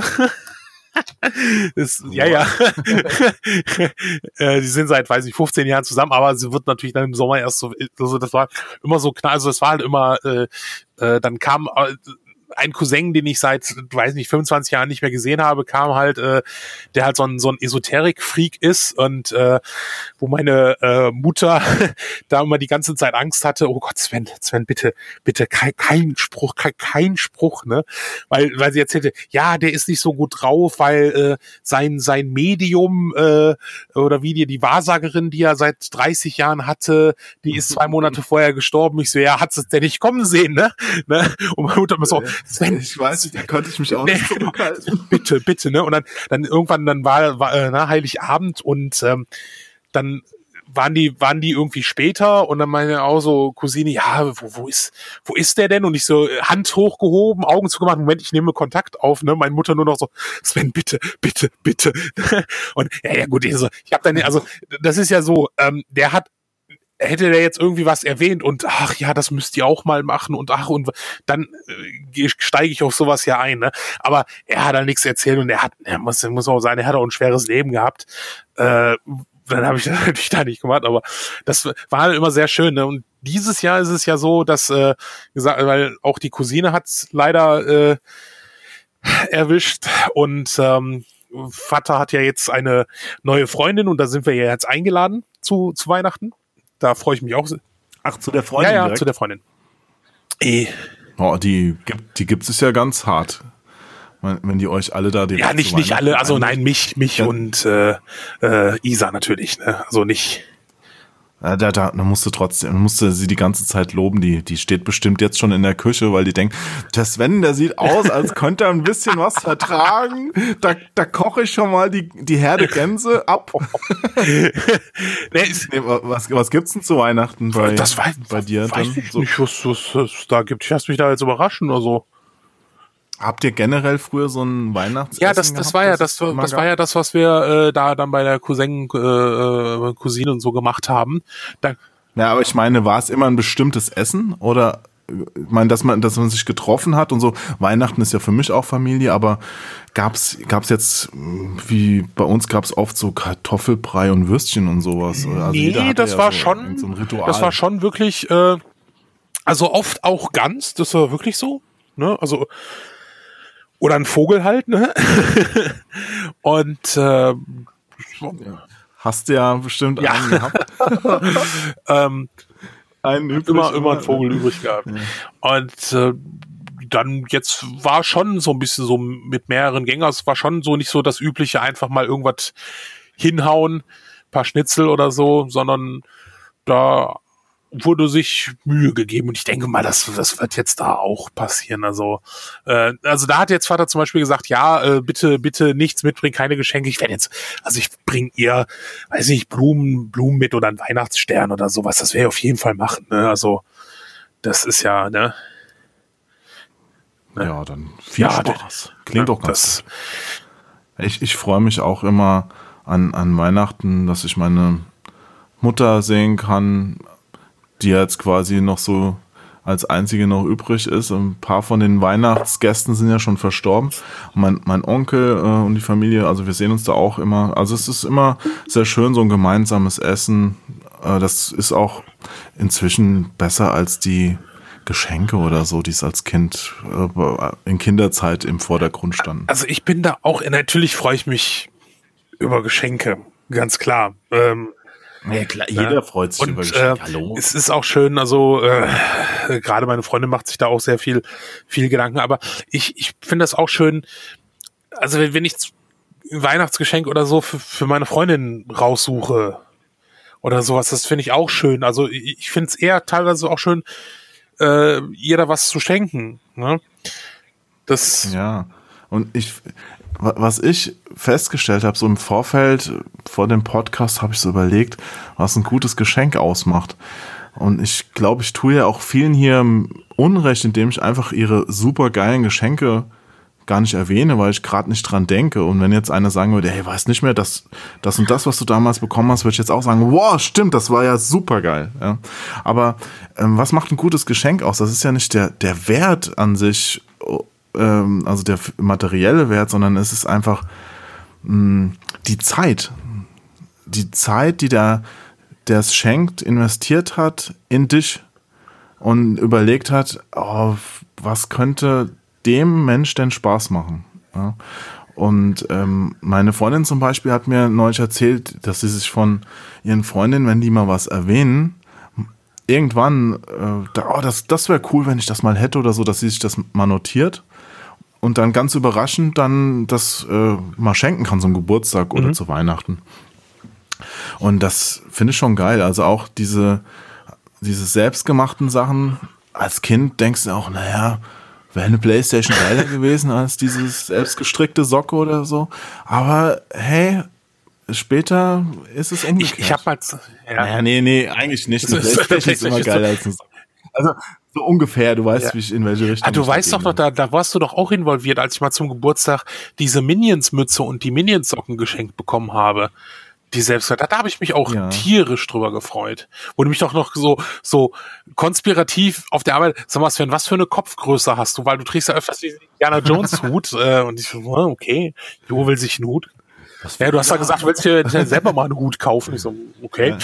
Das, ja, ja. äh, die sind seit, weiß ich, fünfzehn Jahren zusammen, aber sie wird natürlich dann im Sommer erst so, also das war immer so knall, also es war halt immer, äh, äh, dann kam äh, ein Cousin, den ich seit, weiß nicht, fünfundzwanzig Jahren nicht mehr gesehen habe, kam halt, äh, der halt so ein, so ein Esoterik-Freak ist und äh, wo meine äh, Mutter da immer die ganze Zeit Angst hatte, oh Gott, Sven, Sven, bitte, bitte, kein, kein Spruch, kein, kein Spruch, ne? Weil, weil sie erzählte, ja, der ist nicht so gut drauf, weil äh, sein, sein Medium äh, oder wie die, die Wahrsagerin, die er seit dreißig Jahren hatte, die ist zwei Monate vorher gestorben. Ich so, ja, hat's es denn nicht kommen sehen, ne? ne? Und meine Mutter immer so, Sven, ich weiß nicht, da konnte ich mich auch nicht zurückhalten. Bitte, bitte, ne? Und dann, dann irgendwann, dann war, war äh, na, Heiligabend und ähm, dann waren die, waren die irgendwie später und dann meine auch so Cousine, ja, wo, wo ist, wo ist der denn? Und ich so Hand hochgehoben, Augen zugemacht, Moment, ich nehme Kontakt auf, ne? Meine Mutter nur noch so, Sven, bitte, bitte, bitte. Und ja, ja gut, ich, so, ich habe dann, also das ist ja so, ähm, der hat hätte der jetzt irgendwie was erwähnt und ach ja, das müsst ihr auch mal machen und ach und dann äh, steige ich auf sowas ja ein, ne? Aber er hat da nichts erzählt und er hat, er muss, muss auch sagen, er hat auch ein schweres Leben gehabt. Äh, dann habe ich das natürlich da nicht gemacht, aber das war halt immer sehr schön, ne? Und dieses Jahr ist es ja so, dass äh, gesagt, weil auch die Cousine hat's leider äh, erwischt und ähm, Vater hat ja jetzt eine neue Freundin und da sind wir ja jetzt eingeladen zu zu Weihnachten. Da freue ich mich auch. Ach, zu der Freundin? Ja, ja, direkt? zu der Freundin. Eh. Oh, die gibt, die gibt es ja ganz hart. Wenn die euch alle da direkt Ja, nicht, nicht alle, also nein, mich, mich ja. und äh, äh, Isa natürlich, ne? Also nicht. Ja, da, da, da musste trotzdem, musste sie die ganze Zeit loben, die, die steht bestimmt jetzt schon in der Küche, weil die denkt, der Sven, der sieht aus, als könnte er ein bisschen was vertragen. Da, da koche ich schon mal die, die Herde Gänse ab. nee, was, was gibt's denn zu Weihnachten bei, das weiß, bei dir? Weiß dann? ich so. nicht, was, was, was da gibt. Ich lass mich da jetzt überraschen oder so. Habt ihr generell früher so ein Weihnachtsessen Ja, das, das gehabt, war ja das das, es das immer war gab? ja das, was wir äh, da dann bei der Cousin, äh, äh, Cousine und so gemacht haben. Da, Ja, aber ich meine, war es immer ein bestimmtes Essen oder ich meine, dass man, dass man sich getroffen hat und so. Weihnachten ist ja für mich auch Familie, aber gab's, gab's jetzt, wie bei uns gab's oft so Kartoffelbrei und Würstchen und sowas. Also jeder nee, hatte das ja war so schon, so ein Ritual. das war schon wirklich, äh, also oft auch ganz, das war wirklich so, ne, also, oder ein Vogel halt, ne, und, äh, Hast du ja bestimmt ja. einen gehabt. ähm, Einen übrig, immer, immer ein Vogel übrig gehabt. Ja. Und äh, dann jetzt war schon so ein bisschen so mit mehreren Gängen, es war schon so nicht so das Übliche, einfach mal irgendwas hinhauen, paar Schnitzel oder so, sondern da wurde sich Mühe gegeben und ich denke mal, das, das wird jetzt da auch passieren. Also, äh, also da hat jetzt Vater zum Beispiel gesagt, ja, äh, bitte, bitte nichts mitbringen, keine Geschenke. Ich werde jetzt, also ich bringe ihr, weiß nicht, Blumen, Blumen mit oder einen Weihnachtsstern oder sowas. Das werde ich auf jeden Fall machen. Ne? Also das ist ja, ne? ne? Ja, dann viel Ja, Spaß. Klingt ja, doch ganz das, gut. Ich, ich freue mich auch immer an, an Weihnachten, dass ich meine Mutter sehen kann, die jetzt quasi noch so als einzige noch übrig ist. Ein paar von den Weihnachtsgästen sind ja schon verstorben. Mein, mein Onkel äh, und die Familie, also wir sehen uns da auch immer. Also es ist immer sehr schön, so ein gemeinsames Essen. Äh, das ist auch inzwischen besser als die Geschenke oder so, die es als Kind äh, in Kinderzeit im Vordergrund standen. also ich bin da auch, natürlich freue ich mich über Geschenke, ganz klar. Ähm, Ja, klar, jeder Ja. freut sich Und über äh, Geschenke. Hallo? es ist auch schön, also äh, gerade meine Freundin macht sich da auch sehr viel, viel Gedanken, aber ich, ich finde das auch schön, also wenn, wenn ich ein Weihnachtsgeschenk oder so für, für meine Freundin raussuche oder sowas, das finde ich auch schön. Also ich, ich finde es eher teilweise auch schön, äh, ihr da was zu schenken. Ne? Das, Ja, und ich, wa- was ich festgestellt habe, so im Vorfeld, vor dem Podcast, habe ich so überlegt, was ein gutes Geschenk ausmacht. Und ich glaube, ich tue ja auch vielen hier Unrecht, indem ich einfach ihre super geilen Geschenke gar nicht erwähne, weil ich gerade nicht dran denke. Und wenn jetzt einer sagen würde, hey, weiß nicht mehr, das, das und das, was du damals bekommen hast, würde ich jetzt auch sagen, wow, stimmt, das war ja super geil. Ja. Aber ähm, was macht ein gutes Geschenk aus? Das ist ja nicht der, der Wert an sich, ähm, also der materielle Wert, sondern es ist einfach mh, die Zeit. Die Zeit, die der, der es schenkt, investiert hat in dich und überlegt hat, oh, was könnte dem Mensch denn Spaß machen? Ja. Und ähm, meine Freundin zum Beispiel hat mir neulich erzählt, dass sie sich von ihren Freundinnen, wenn die mal was erwähnen, irgendwann, äh, da, oh, das, das wäre cool, wenn ich das mal hätte oder so, dass sie sich das mal notiert und dann ganz überraschend dann das äh, mal schenken kann zum Geburtstag oder Mhm. zu Weihnachten. Und das finde ich schon geil. Also auch diese, diese selbstgemachten Sachen. Als Kind denkst du auch, naja, wäre eine Playstation geiler gewesen als dieses selbstgestrickte Socke oder so. Aber hey, später ist es umgekehrt. ich, ich habe mal, ja, Naja, nee, nee, eigentlich nicht. Eine Das ist- Playstation ist immer Playstation geiler als eine Socke. Also so ungefähr, du weißt, Ja. wie ich in welche Richtung Ah, du ich weißt da doch noch, gehe. da, da warst du doch auch involviert, als ich mal zum Geburtstag diese Minions-Mütze und die Minions-Socken geschenkt bekommen habe. Die selbst, da, da habe ich mich auch Ja. tierisch drüber gefreut. Wo du mich doch noch so, so konspirativ auf der Arbeit, sag mal, Sven, was für eine Kopfgröße hast du? Weil du trägst ja öfters diesen Indiana Jones Hut, äh, und ich so, oh, okay, Jo will sich einen Hut. Ja, du hast ja gesagt, du willst dir selber mal einen Hut kaufen. Ich so, okay.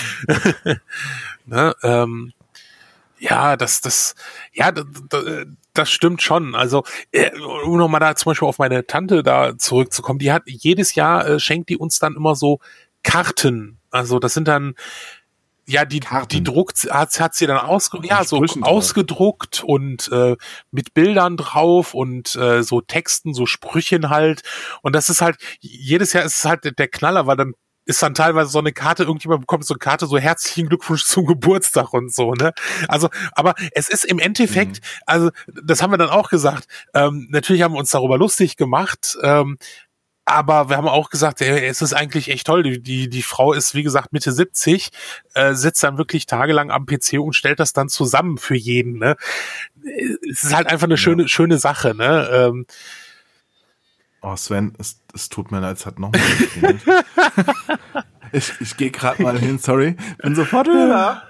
ne, ähm, ja, das, das, ja, das, das stimmt schon. Also, äh, um nochmal da zum Beispiel auf meine Tante da zurückzukommen, die hat jedes Jahr äh, schenkt die uns dann immer so Karten. Also, das sind dann, ja, die, Karten. die druckt, hat, hat sie dann ausge, ja, so Sprüchen drauf. ausgedruckt und äh, mit Bildern drauf und äh, so Texten, so Sprüchen halt. Und das ist halt, jedes Jahr ist es halt der Knaller, weil dann ist dann teilweise so eine Karte, irgendjemand bekommt so eine Karte, so herzlichen Glückwunsch zum Geburtstag und so, ne? Also, aber es ist im Endeffekt, Mhm. also, das haben wir dann auch gesagt, ähm, natürlich haben wir uns darüber lustig gemacht, ähm, Aber wir haben auch gesagt, ey, es ist eigentlich echt toll. Die, die, die Frau ist, wie gesagt, Mitte siebzig, äh, sitzt dann wirklich tagelang am P C und stellt das dann zusammen für jeden. Ne? Es ist halt einfach eine schöne, ja. schöne Sache. Ne? Ähm, oh, Sven, es, es tut mir leid, es hat noch mal geklingelt. ich ich gehe gerade mal hin, sorry. Bin sofort wieder da.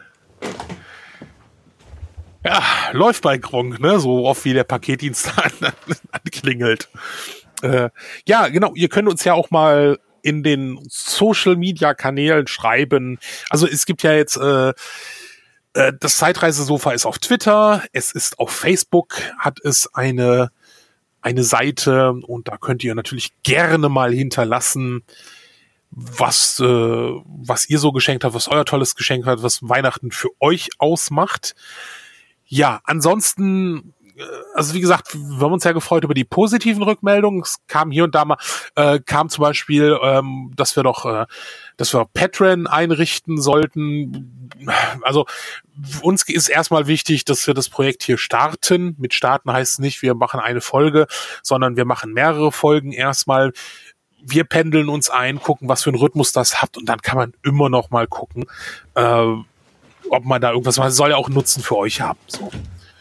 Ja, läuft bei Gronk, ne? So oft wie der Paketdienst anklingelt. Äh, ja, genau, ihr könnt uns ja auch mal in den Social-Media-Kanälen schreiben. Also es gibt ja jetzt, äh, äh, das Zeitreisesofa ist auf Twitter, es ist auf Facebook, hat es eine, eine Seite und da könnt ihr natürlich gerne mal hinterlassen, was, äh, was ihr so geschenkt habt, was euer tolles Geschenk hat, was Weihnachten für euch ausmacht. Ja, ansonsten, also wie gesagt, wir haben uns ja gefreut über die positiven Rückmeldungen. Es kam hier und da mal, äh, kam zum Beispiel, ähm, dass wir doch, äh, dass wir Patreon einrichten sollten. Also uns ist erstmal wichtig, dass wir das Projekt hier starten. Mit starten heißt nicht, wir machen eine Folge, sondern wir machen mehrere Folgen erstmal. Wir pendeln uns ein, gucken, was für einen Rhythmus das hat und dann kann man immer noch mal gucken, äh, ob man da irgendwas macht. Soll ja auch einen Nutzen für euch haben. So.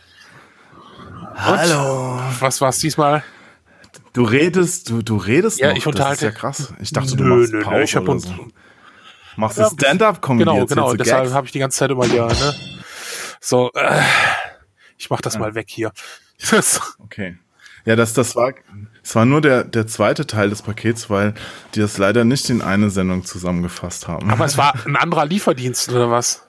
Hallo. Und was war's diesmal? Du redest, du, du redest ja, noch. Ich unterhalte. Das ist ja krass. Ich dachte, du nö, machst nö, Pause nö, ich hab oder uns, so. Machst du ja, Stand-up-Comedy? Genau, genau. Deshalb habe ich die ganze Zeit immer ja, ne? So, äh, ich mach das ja. mal weg hier. Okay. Ja, das, das war, das war nur der, der zweite Teil des Pakets, weil die das leider nicht in eine Sendung zusammengefasst haben. Aber es war ein anderer Lieferdienst, oder was?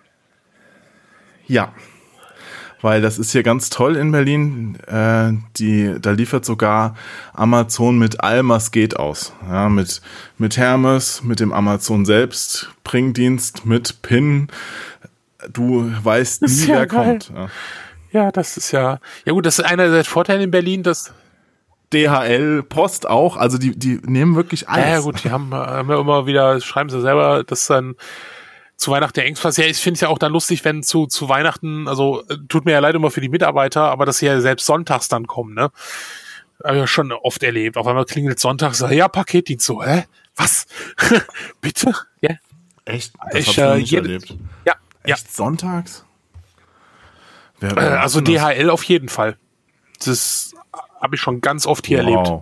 Ja. Weil das ist hier ganz toll in Berlin. Äh, die, da liefert sogar Amazon mit allem, was geht aus. Ja, mit, mit Hermes, mit dem Amazon selbst, Bringdienst, mit PIN. Du weißt nie, ja wer geil. kommt. Ja. Ja, das ist ja, ja gut, das ist einer der Vorteile in Berlin, dass D H L, Post auch, also die, die nehmen wirklich alles. Ja, ja gut, die haben, haben ja immer wieder, schreiben sie selber, dass dann zu Weihnachten der Engpass, ja, ich finde es ja auch dann lustig, wenn zu, zu Weihnachten, also tut mir ja leid immer für die Mitarbeiter, aber dass sie ja selbst sonntags dann kommen, ne? Habe ich ja schon oft erlebt. Auf einmal klingelt sonntags, ja, Paketdienst, so, hä? Was? Bitte? Ja. Echt? Das ich, hab ich noch nicht äh, erlebt. Ja. Echt ja. sonntags? Wer, wer also D H L auf jeden Fall. Das habe ich schon ganz oft hier wow. erlebt.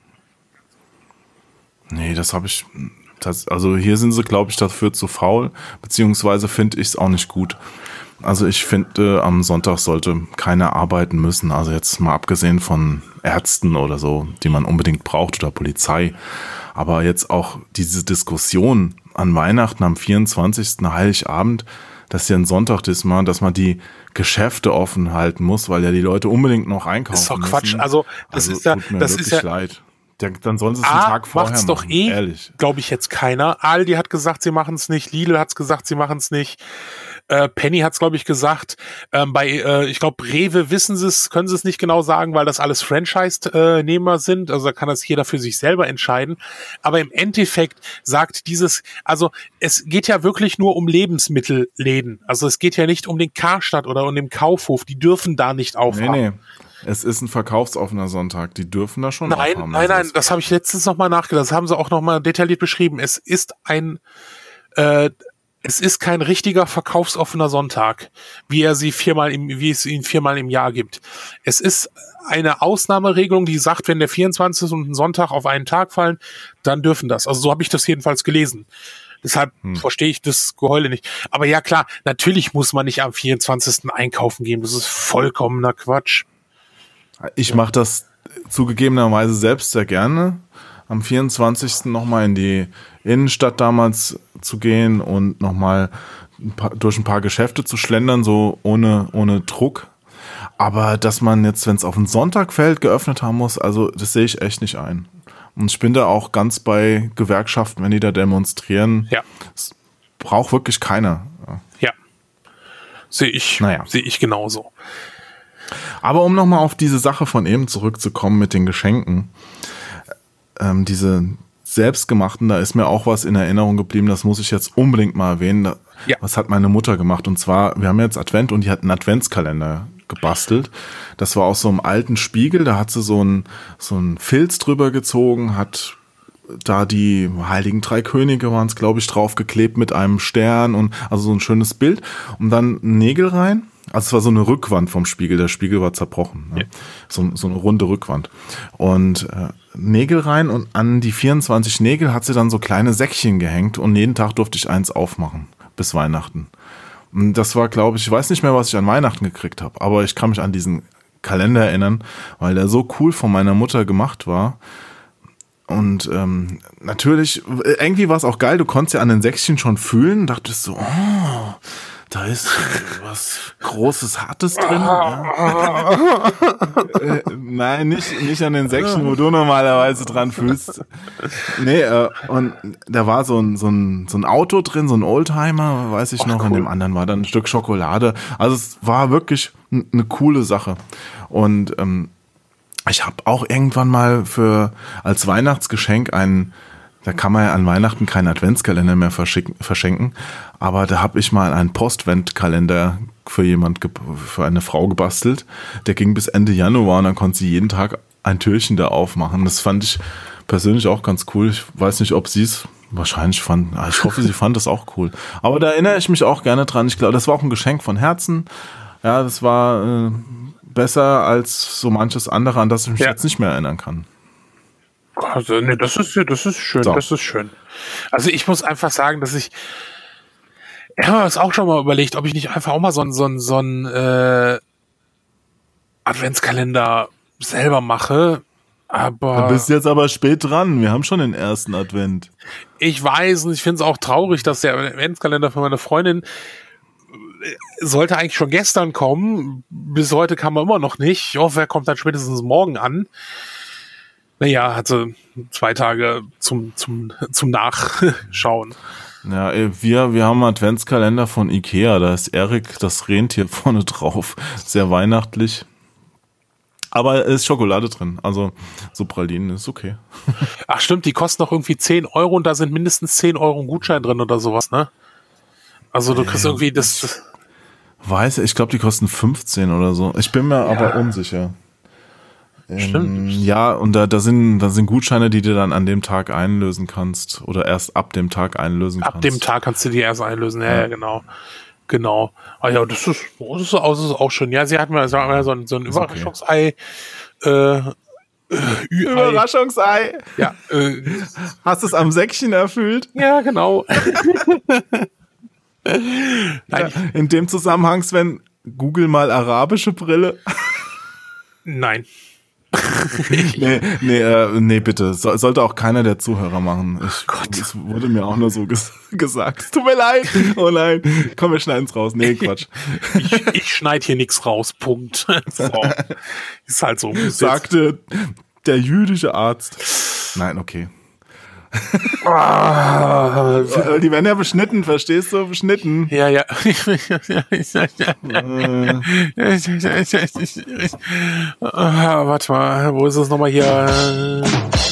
Nee, das habe ich. Das, also hier sind sie, glaube ich, dafür zu faul, beziehungsweise finde ich es auch nicht gut. Also ich finde, am Sonntag sollte keiner arbeiten müssen. Also jetzt mal abgesehen von Ärzten oder so, die man unbedingt braucht, oder Polizei. Aber jetzt auch diese Diskussion an Weihnachten am vierundzwanzigsten Heiligabend, dass ja ein Sonntag ist, mal, dass man die Geschäfte offen halten muss, weil ja die Leute unbedingt noch einkaufen müssen. Das ist doch Quatsch. Also das also, ist ja, tut mir das wirklich ist ja leid. Der, dann sollen sie es einen A, Tag vorher macht's machen. Doch eh, ehrlich. Glaube ich jetzt keiner. Aldi hat gesagt, sie machen es nicht. Lidl hat's gesagt, sie machen es nicht. Äh, Penny hat's glaube ich gesagt. Ähm, bei, äh, ich glaube Rewe wissen sie es, können sie es nicht genau sagen, weil das alles Franchise-Nehmer sind. Also da kann das jeder für sich selber entscheiden. Aber im Endeffekt sagt dieses, also es geht ja wirklich nur um Lebensmittelläden. Also es geht ja nicht um den Karstadt oder um den Kaufhof. Die dürfen da nicht aufhaben. Nee, nee. Es ist ein verkaufsoffener Sonntag. Die dürfen da schon nein, aufhaben. Nein, nein, nein, das habe ich letztens nochmal nachgedacht. Das haben sie auch nochmal detailliert beschrieben. Es ist ein, äh, es ist kein richtiger verkaufsoffener Sonntag, wie er sie viermal im, wie es ihn viermal im Jahr gibt. Es ist eine Ausnahmeregelung, die sagt, wenn der vierundzwanzigste und ein Sonntag auf einen Tag fallen, dann dürfen das. Also so habe ich das jedenfalls gelesen. Deshalb hm. verstehe ich das Geheule nicht. Aber ja klar, natürlich muss man nicht am vierundzwanzigsten einkaufen gehen. Das ist vollkommener Quatsch. Ich mache das zugegebenerweise selbst sehr gerne, am vierundzwanzigsten nochmal in die Innenstadt damals zu gehen und nochmal durch ein paar Geschäfte zu schlendern, so ohne, ohne Druck. Aber dass man jetzt, wenn es auf den Sonntag fällt, geöffnet haben muss, also das sehe ich echt nicht ein. Und ich bin da auch ganz bei Gewerkschaften, wenn die da demonstrieren. Ja. Das braucht wirklich keiner. Ja. Sehe ich, naja. sehe ich genauso. Aber um nochmal auf diese Sache von eben zurückzukommen mit den Geschenken, ähm, diese selbstgemachten, da ist mir auch was in Erinnerung geblieben, das muss ich jetzt unbedingt mal erwähnen. Ja. Was hat meine Mutter gemacht? Und zwar, wir haben jetzt Advent und die hat einen Adventskalender gebastelt. Das war aus so einem alten Spiegel, da hat sie so einen, so einen Filz drüber gezogen, hat da die Heiligen Drei Könige waren es, glaube ich, draufgeklebt mit einem Stern und also so ein schönes Bild. Und dann Nägel rein. Also es war so eine Rückwand vom Spiegel. Der Spiegel war zerbrochen. Ne? Ja. So, so eine runde Rückwand. Und äh, Nägel rein und an die vierundzwanzig Nägel hat sie dann so kleine Säckchen gehängt und jeden Tag durfte ich eins aufmachen. Bis Weihnachten. Und das war, glaube ich, ich weiß nicht mehr, was ich an Weihnachten gekriegt habe, aber ich kann mich an diesen Kalender erinnern, weil der so cool von meiner Mutter gemacht war. Und ähm, natürlich, irgendwie war es auch geil, du konntest ja an den Säckchen schon fühlen, dachtest so, oh, da ist was Großes, Hartes drin. Ja. äh, nein, nicht, nicht an den Säckchen, wo du normalerweise dran fühlst. Nee, äh, und da war so ein, so, ein, so ein Auto drin, so ein Oldtimer, weiß ich Ach, noch, cool. In dem anderen war dann ein Stück Schokolade. Also es war wirklich n- eine coole Sache. Und ähm, ich habe auch irgendwann mal für als Weihnachtsgeschenk einen, da kann man ja an Weihnachten keinen Adventskalender mehr verschicken, verschenken, aber da habe ich mal einen Postwendkalender für jemand, für eine Frau gebastelt. Der ging bis Ende Januar und dann konnte sie jeden Tag ein Türchen da aufmachen. Das fand ich persönlich auch ganz cool. Ich weiß nicht, ob sie es wahrscheinlich fand. Ich hoffe, sie fand das auch cool. Aber da erinnere ich mich auch gerne dran. Ich glaube, das war auch ein Geschenk von Herzen. Ja, das war äh, besser als so manches andere, an das ich mich ja. jetzt nicht mehr erinnern kann. Also, nee, das ist, das ist schön, so. das ist schön. Also ich muss einfach sagen, dass ich, ich habe mir das auch schon mal überlegt, ob ich nicht einfach auch mal so einen so einen, so einen äh, Adventskalender selber mache, aber... Du bist jetzt aber spät dran, wir haben schon den ersten Advent. Ich weiß und ich finde es auch traurig, dass der Adventskalender für meine Freundin sollte eigentlich schon gestern kommen, bis heute kam er immer noch nicht. Ich hoffe, er kommt dann spätestens morgen an. Naja, hatte zwei Tage zum, zum, zum Nachschauen. Ja, wir, wir haben einen Adventskalender von Ikea, da ist Erik das Rentier vorne drauf. Sehr weihnachtlich. Aber es ist Schokolade drin, also so Pralinen ist okay. Ach stimmt, die kosten doch irgendwie zehn Euro und da sind mindestens zehn Euro ein Gutschein drin oder sowas, ne? Also du kriegst äh, irgendwie das... Weiß ich, glaube die kosten fünfzehn oder so. Ich bin mir ja. aber unsicher. Stimmt. Ähm, ja, und da, da sind da sind Gutscheine, die du dann an dem Tag einlösen kannst oder erst ab dem Tag einlösen ab kannst. Ab dem Tag kannst du die erst einlösen, ja, ja. ja genau. Genau. Ah ja, das ist, das ist, das ist auch schön. Ja, sie hat mir so ein, so ein Überraschungsei. Okay. Äh, Ü-Ei. Überraschungsei. Ja. Äh, Hast du es am Säckchen erfüllt? Ja, genau. Nein. Ja, in dem Zusammenhang, Sven, google mal arabische Brille. Nein. nee, nee, äh, nee, bitte. So, sollte auch keiner der Zuhörer machen. Ich, Gott. Das wurde mir auch nur so ges- gesagt. Tut mir leid. Oh nein. Komm, wir schneiden es raus. Nee, Quatsch. ich ich schneide hier nichts raus. Punkt. So. Ist halt so. Sagte der jüdische Arzt. Nein, okay. Ah, die werden ja beschnitten, verstehst du? Beschnitten. Ja, ja. ah, warte mal, wo ist es nochmal hier?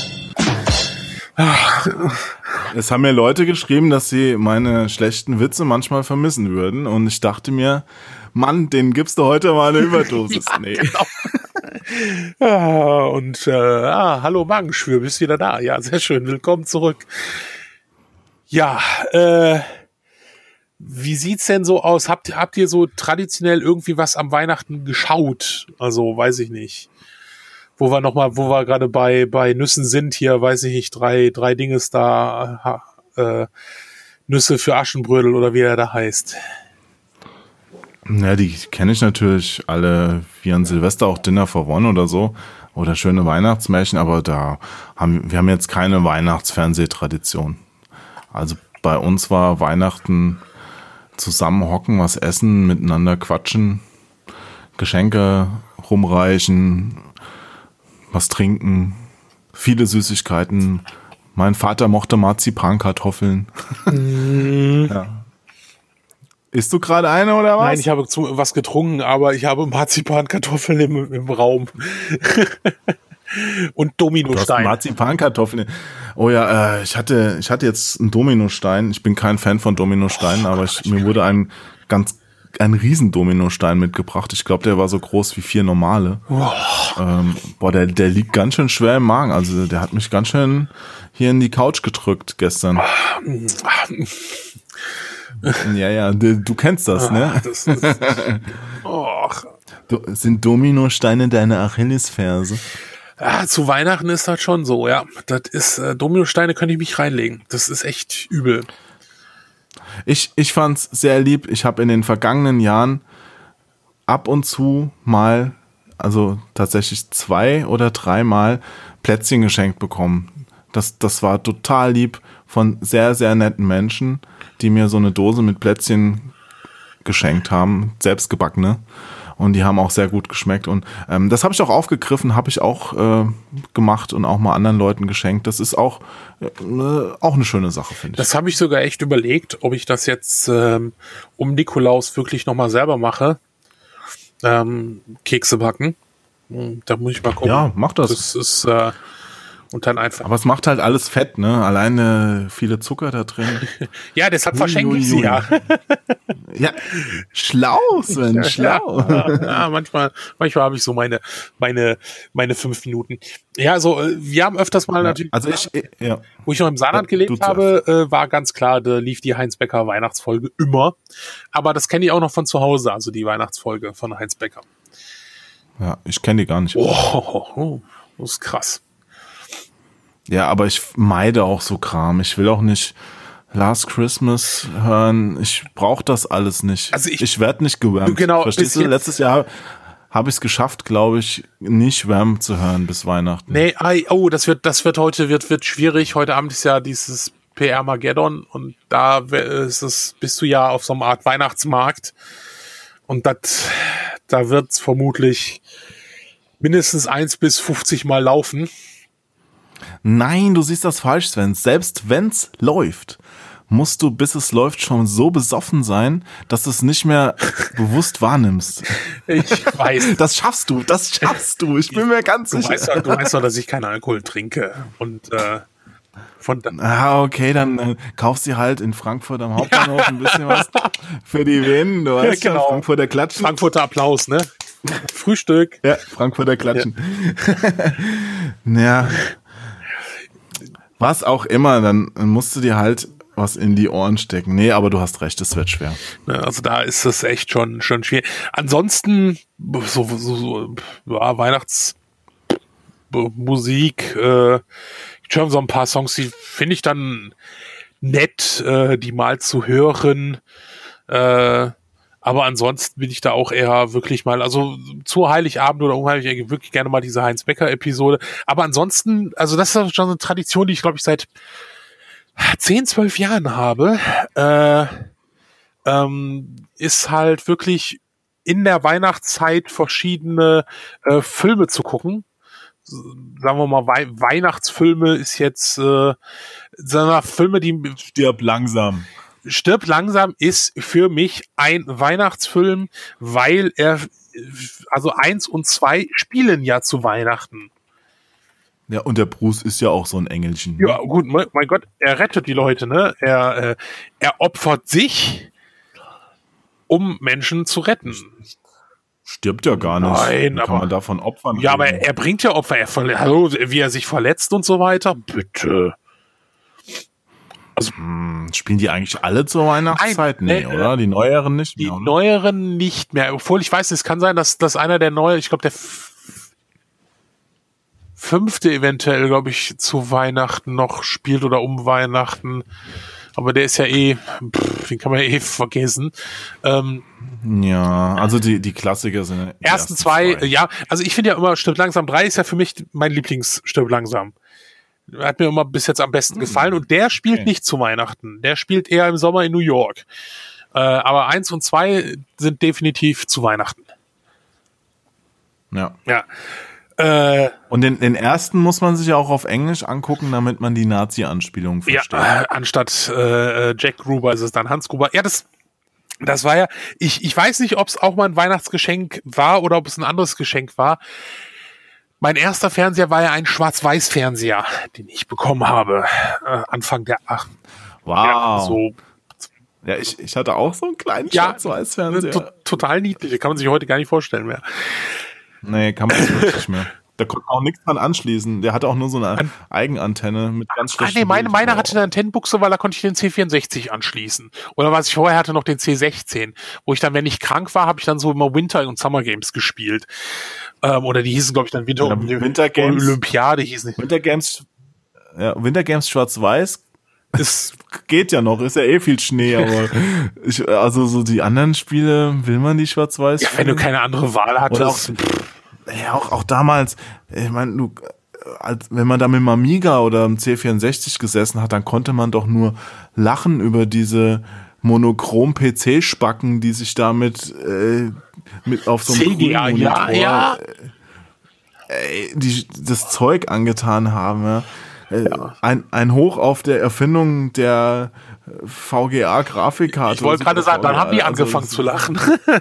Es haben mir Leute geschrieben, dass sie meine schlechten Witze manchmal vermissen würden und ich dachte mir, Mann, denen gibst du heute mal eine Überdosis. Ja, nee. Genau. Ah, und äh, ah, hallo Magenschwür, bist wieder da. Ja, sehr schön, willkommen zurück. Ja, äh, wie sieht's denn so aus? Habt, habt ihr so traditionell irgendwie was am Weihnachten geschaut? Also, weiß ich nicht. Wo wir nochmal, wo wir gerade bei, bei Nüssen sind, hier, weiß ich nicht, drei, drei Dinges da, äh, Nüsse für Aschenbrödel oder wie er da heißt. Ja, die kenne ich natürlich alle, wie an Silvester auch Dinner for One oder so oder schöne Weihnachtsmärchen, aber da haben wir haben jetzt keine Weihnachtsfernsehtradition. Also bei uns war Weihnachten zusammenhocken, was essen, miteinander quatschen, Geschenke rumreichen, was trinken, viele Süßigkeiten. Mein Vater mochte Marzipankartoffeln. Mm. Ja. Isst du gerade eine oder was? Nein, ich habe zu, was getrunken, aber ich habe Marzipankartoffeln im, im Raum. Und Dominostein. Marzipankartoffeln. Oh ja, äh, ich hatte, ich hatte jetzt einen Dominostein. Ich bin kein Fan von Dominosteinen, oh, aber ich, mir wurde ein ganz einen riesen Dominostein mitgebracht. Ich glaube, der war so groß wie vier normale. Oh. Ähm, boah, der, der liegt ganz schön schwer im Magen. Also der hat mich ganz schön hier in die Couch gedrückt gestern. Ja, ja, du, du kennst das, ne? Das, das, oh. du, sind Dominosteine deine Achillesferse? Ja, zu Weihnachten ist das schon so, ja. Das ist, äh, Dominosteine könnte ich mich reinlegen. Das ist echt übel. Ich, ich fand's sehr lieb. Ich habe in den vergangenen Jahren ab und zu mal, also tatsächlich zwei oder dreimal Plätzchen geschenkt bekommen. Das, das war total lieb von sehr, sehr netten Menschen, die mir so eine Dose mit Plätzchen geschenkt haben, selbstgebackene. Und die haben auch sehr gut geschmeckt. Und ähm, das habe ich auch aufgegriffen, habe ich auch äh, gemacht und auch mal anderen Leuten geschenkt. Das ist auch, äh, auch eine schöne Sache, finde ich. Das habe ich sogar echt überlegt, ob ich das jetzt ähm, um Nikolaus wirklich nochmal selber mache. Ähm, Kekse backen. Da muss ich mal gucken. Ja, mach das. Das ist äh, und dann einfach. Aber es macht halt alles Fett, ne? Alleine viele Zucker da drin. Ja, deshalb verschenke ich sie ja. Ja, schlau, Sven, schlau. Ja, ja, manchmal, manchmal habe ich so meine, meine, meine fünf Minuten. Ja, also wir haben öfters mal Ja, natürlich, also ich, ja. wo ich noch im Saarland Ja, gelebt du habe, äh, war ganz klar, da lief die Heinz Becker Weihnachtsfolge immer. Aber das kenne ich auch noch von zu Hause, also die Weihnachtsfolge von Heinz Becker. Ja, ich kenne die gar nicht. Oh, oh, das ist krass. Ja, aber ich meide auch so Kram. Ich will auch nicht Last Christmas hören. Ich brauche das alles nicht. Also ich, ich werde nicht gewärmt. Genau, verstehst du? Letztes Jahr habe ich es geschafft, glaube ich, nicht Wham zu hören bis Weihnachten. Nee, oh, das wird, das wird heute, wird, wird schwierig. Heute Abend ist ja dieses P R-Mageddon und da ist es, bist du ja auf so einer Art Weihnachtsmarkt und das, da wird es vermutlich mindestens eins bis fünfzig Mal laufen. Nein, du siehst das falsch, Sven. Selbst wenn's läuft, musst du, bis es läuft, schon so besoffen sein, dass du es nicht mehr bewusst wahrnimmst. Ich weiß. Das schaffst du, das schaffst du. Ich bin mir ganz du sicher. Weißt doch, du weißt doch, dass ich keinen Alkohol trinke. Und äh, von da Ah, okay, dann äh, kaufst du halt in Frankfurt am Hauptbahnhof ein bisschen was für die Venen. Du weißt ja, genau. Frankfurter Klatschen. Frankfurter Applaus, ne? Frühstück. Ja, Frankfurter Klatschen. Ja. ja. Was auch immer, dann musst du dir halt was in die Ohren stecken. Nee, aber du hast recht, es wird schwer. Also da ist es echt schon, schon schwierig. Ansonsten, so, so, so ja, Weihnachtsmusik, äh, schon so ein paar Songs, die finde ich dann nett, äh, die mal zu hören. Äh, aber ansonsten bin ich da auch eher wirklich mal, also zu Heiligabend oder um Heiligabend wirklich gerne mal diese Heinz Becker Episode. Aber ansonsten, also das ist schon eine Tradition, die ich glaube ich seit zehn, zwölf Jahren habe, äh, ähm, ist halt wirklich in der Weihnachtszeit verschiedene äh, Filme zu gucken. Sagen wir mal, Wei- Weihnachtsfilme ist jetzt, äh, sagen wir mal, Filme, die Stirb langsam. Stirb langsam ist für mich ein Weihnachtsfilm, weil er, also eins und zwei spielen ja zu Weihnachten. Ja, und der Bruce ist ja auch so ein Engelchen. Ja, gut, mein, mein Gott, er rettet die Leute, ne? Er, äh, er opfert sich, um Menschen zu retten. Stirbt ja gar nicht. Nein, Wie aber kann man davon opfern? Ja, aber er bringt ja Opfer. Er verle- Hallo, wie er sich verletzt und so weiter. Bitte. Also, hm, spielen die eigentlich alle zur Weihnachtszeit? Nein, Nee, äh, oder? Die neueren nicht Die mehr, oder? neueren nicht mehr. Obwohl ich weiß, es kann sein, dass, dass einer der neue, ich glaube, der f- fünfte eventuell, glaube ich, zu Weihnachten noch spielt oder um Weihnachten. Aber der ist ja eh, pff, den kann man ja eh vergessen. Ähm, Ja, also die, die Klassiker sind ja die ersten zwei, zwei, ja, also ich finde ja immer, Stirb langsam drei ist ja für mich mein Lieblings-Stirb langsam. Hat mir immer bis jetzt am besten gefallen und der spielt Okay. nicht zu Weihnachten. Der spielt eher im Sommer in New York. Äh, aber eins und zwei sind definitiv zu Weihnachten. Ja. Ja. Äh, Und den, den ersten muss man sich ja auch auf Englisch angucken, damit man die Nazi-Anspielung ja, versteht. äh, anstatt äh, Jack Gruber ist es dann Hans Gruber. Ja, das, das war ja, ich, ich weiß nicht, ob es auch mal ein Weihnachtsgeschenk war oder ob es ein anderes Geschenk war. Mein erster Fernseher war ja ein Schwarz-Weiß-Fernseher, den ich bekommen habe. Äh, Anfang der ach, Wow. ja, so Ja, ich, ich hatte auch so einen kleinen Ja, Schwarz-Weiß-Fernseher. to- total niedlich. Kann man sich heute gar nicht vorstellen mehr. Nee, kann man das wirklich nicht mehr. Da konnte man auch nichts dran anschließen. Der hatte auch nur so eine An- Eigenantenne mit ganz Ah, schlechtem nee, meine, Bild. meine hatte eine Antennenbuchse, weil da konnte ich den C vierundsechzig anschließen. Oder was ich vorher hatte, noch den C sechzehn. Wo ich dann, wenn ich krank war, habe ich dann so immer Winter- und Summer Games gespielt. Ähm, oder die hießen, glaube ich, dann Winter, Ja, Winter Games. Olympiade hießen die. Winter Games, ja, Winter Games Schwarz-Weiß Ist, geht ja noch, ist ja eh viel Schnee, aber ich, also so die anderen Spiele, will man die Schwarz-Weiß ja, wenn du spielen? keine andere Wahl Oder auch, hattest. ja, auch, auch damals, ich meine, du, als, wenn man da mit dem Amiga oder dem C vierundsechzig gesessen hat, dann konnte man doch nur lachen über diese monochrom-P C-Spacken, die sich damit äh, mit auf so einem C G A, grünen ja, Monitor, ja. äh, die das Zeug angetan haben. Ja. Äh, Ja. Ein, ein Hoch auf der Erfindung der V G A-Grafikkarte. Ich wollte gerade sagen, dann haben die Also, angefangen das- zu lachen.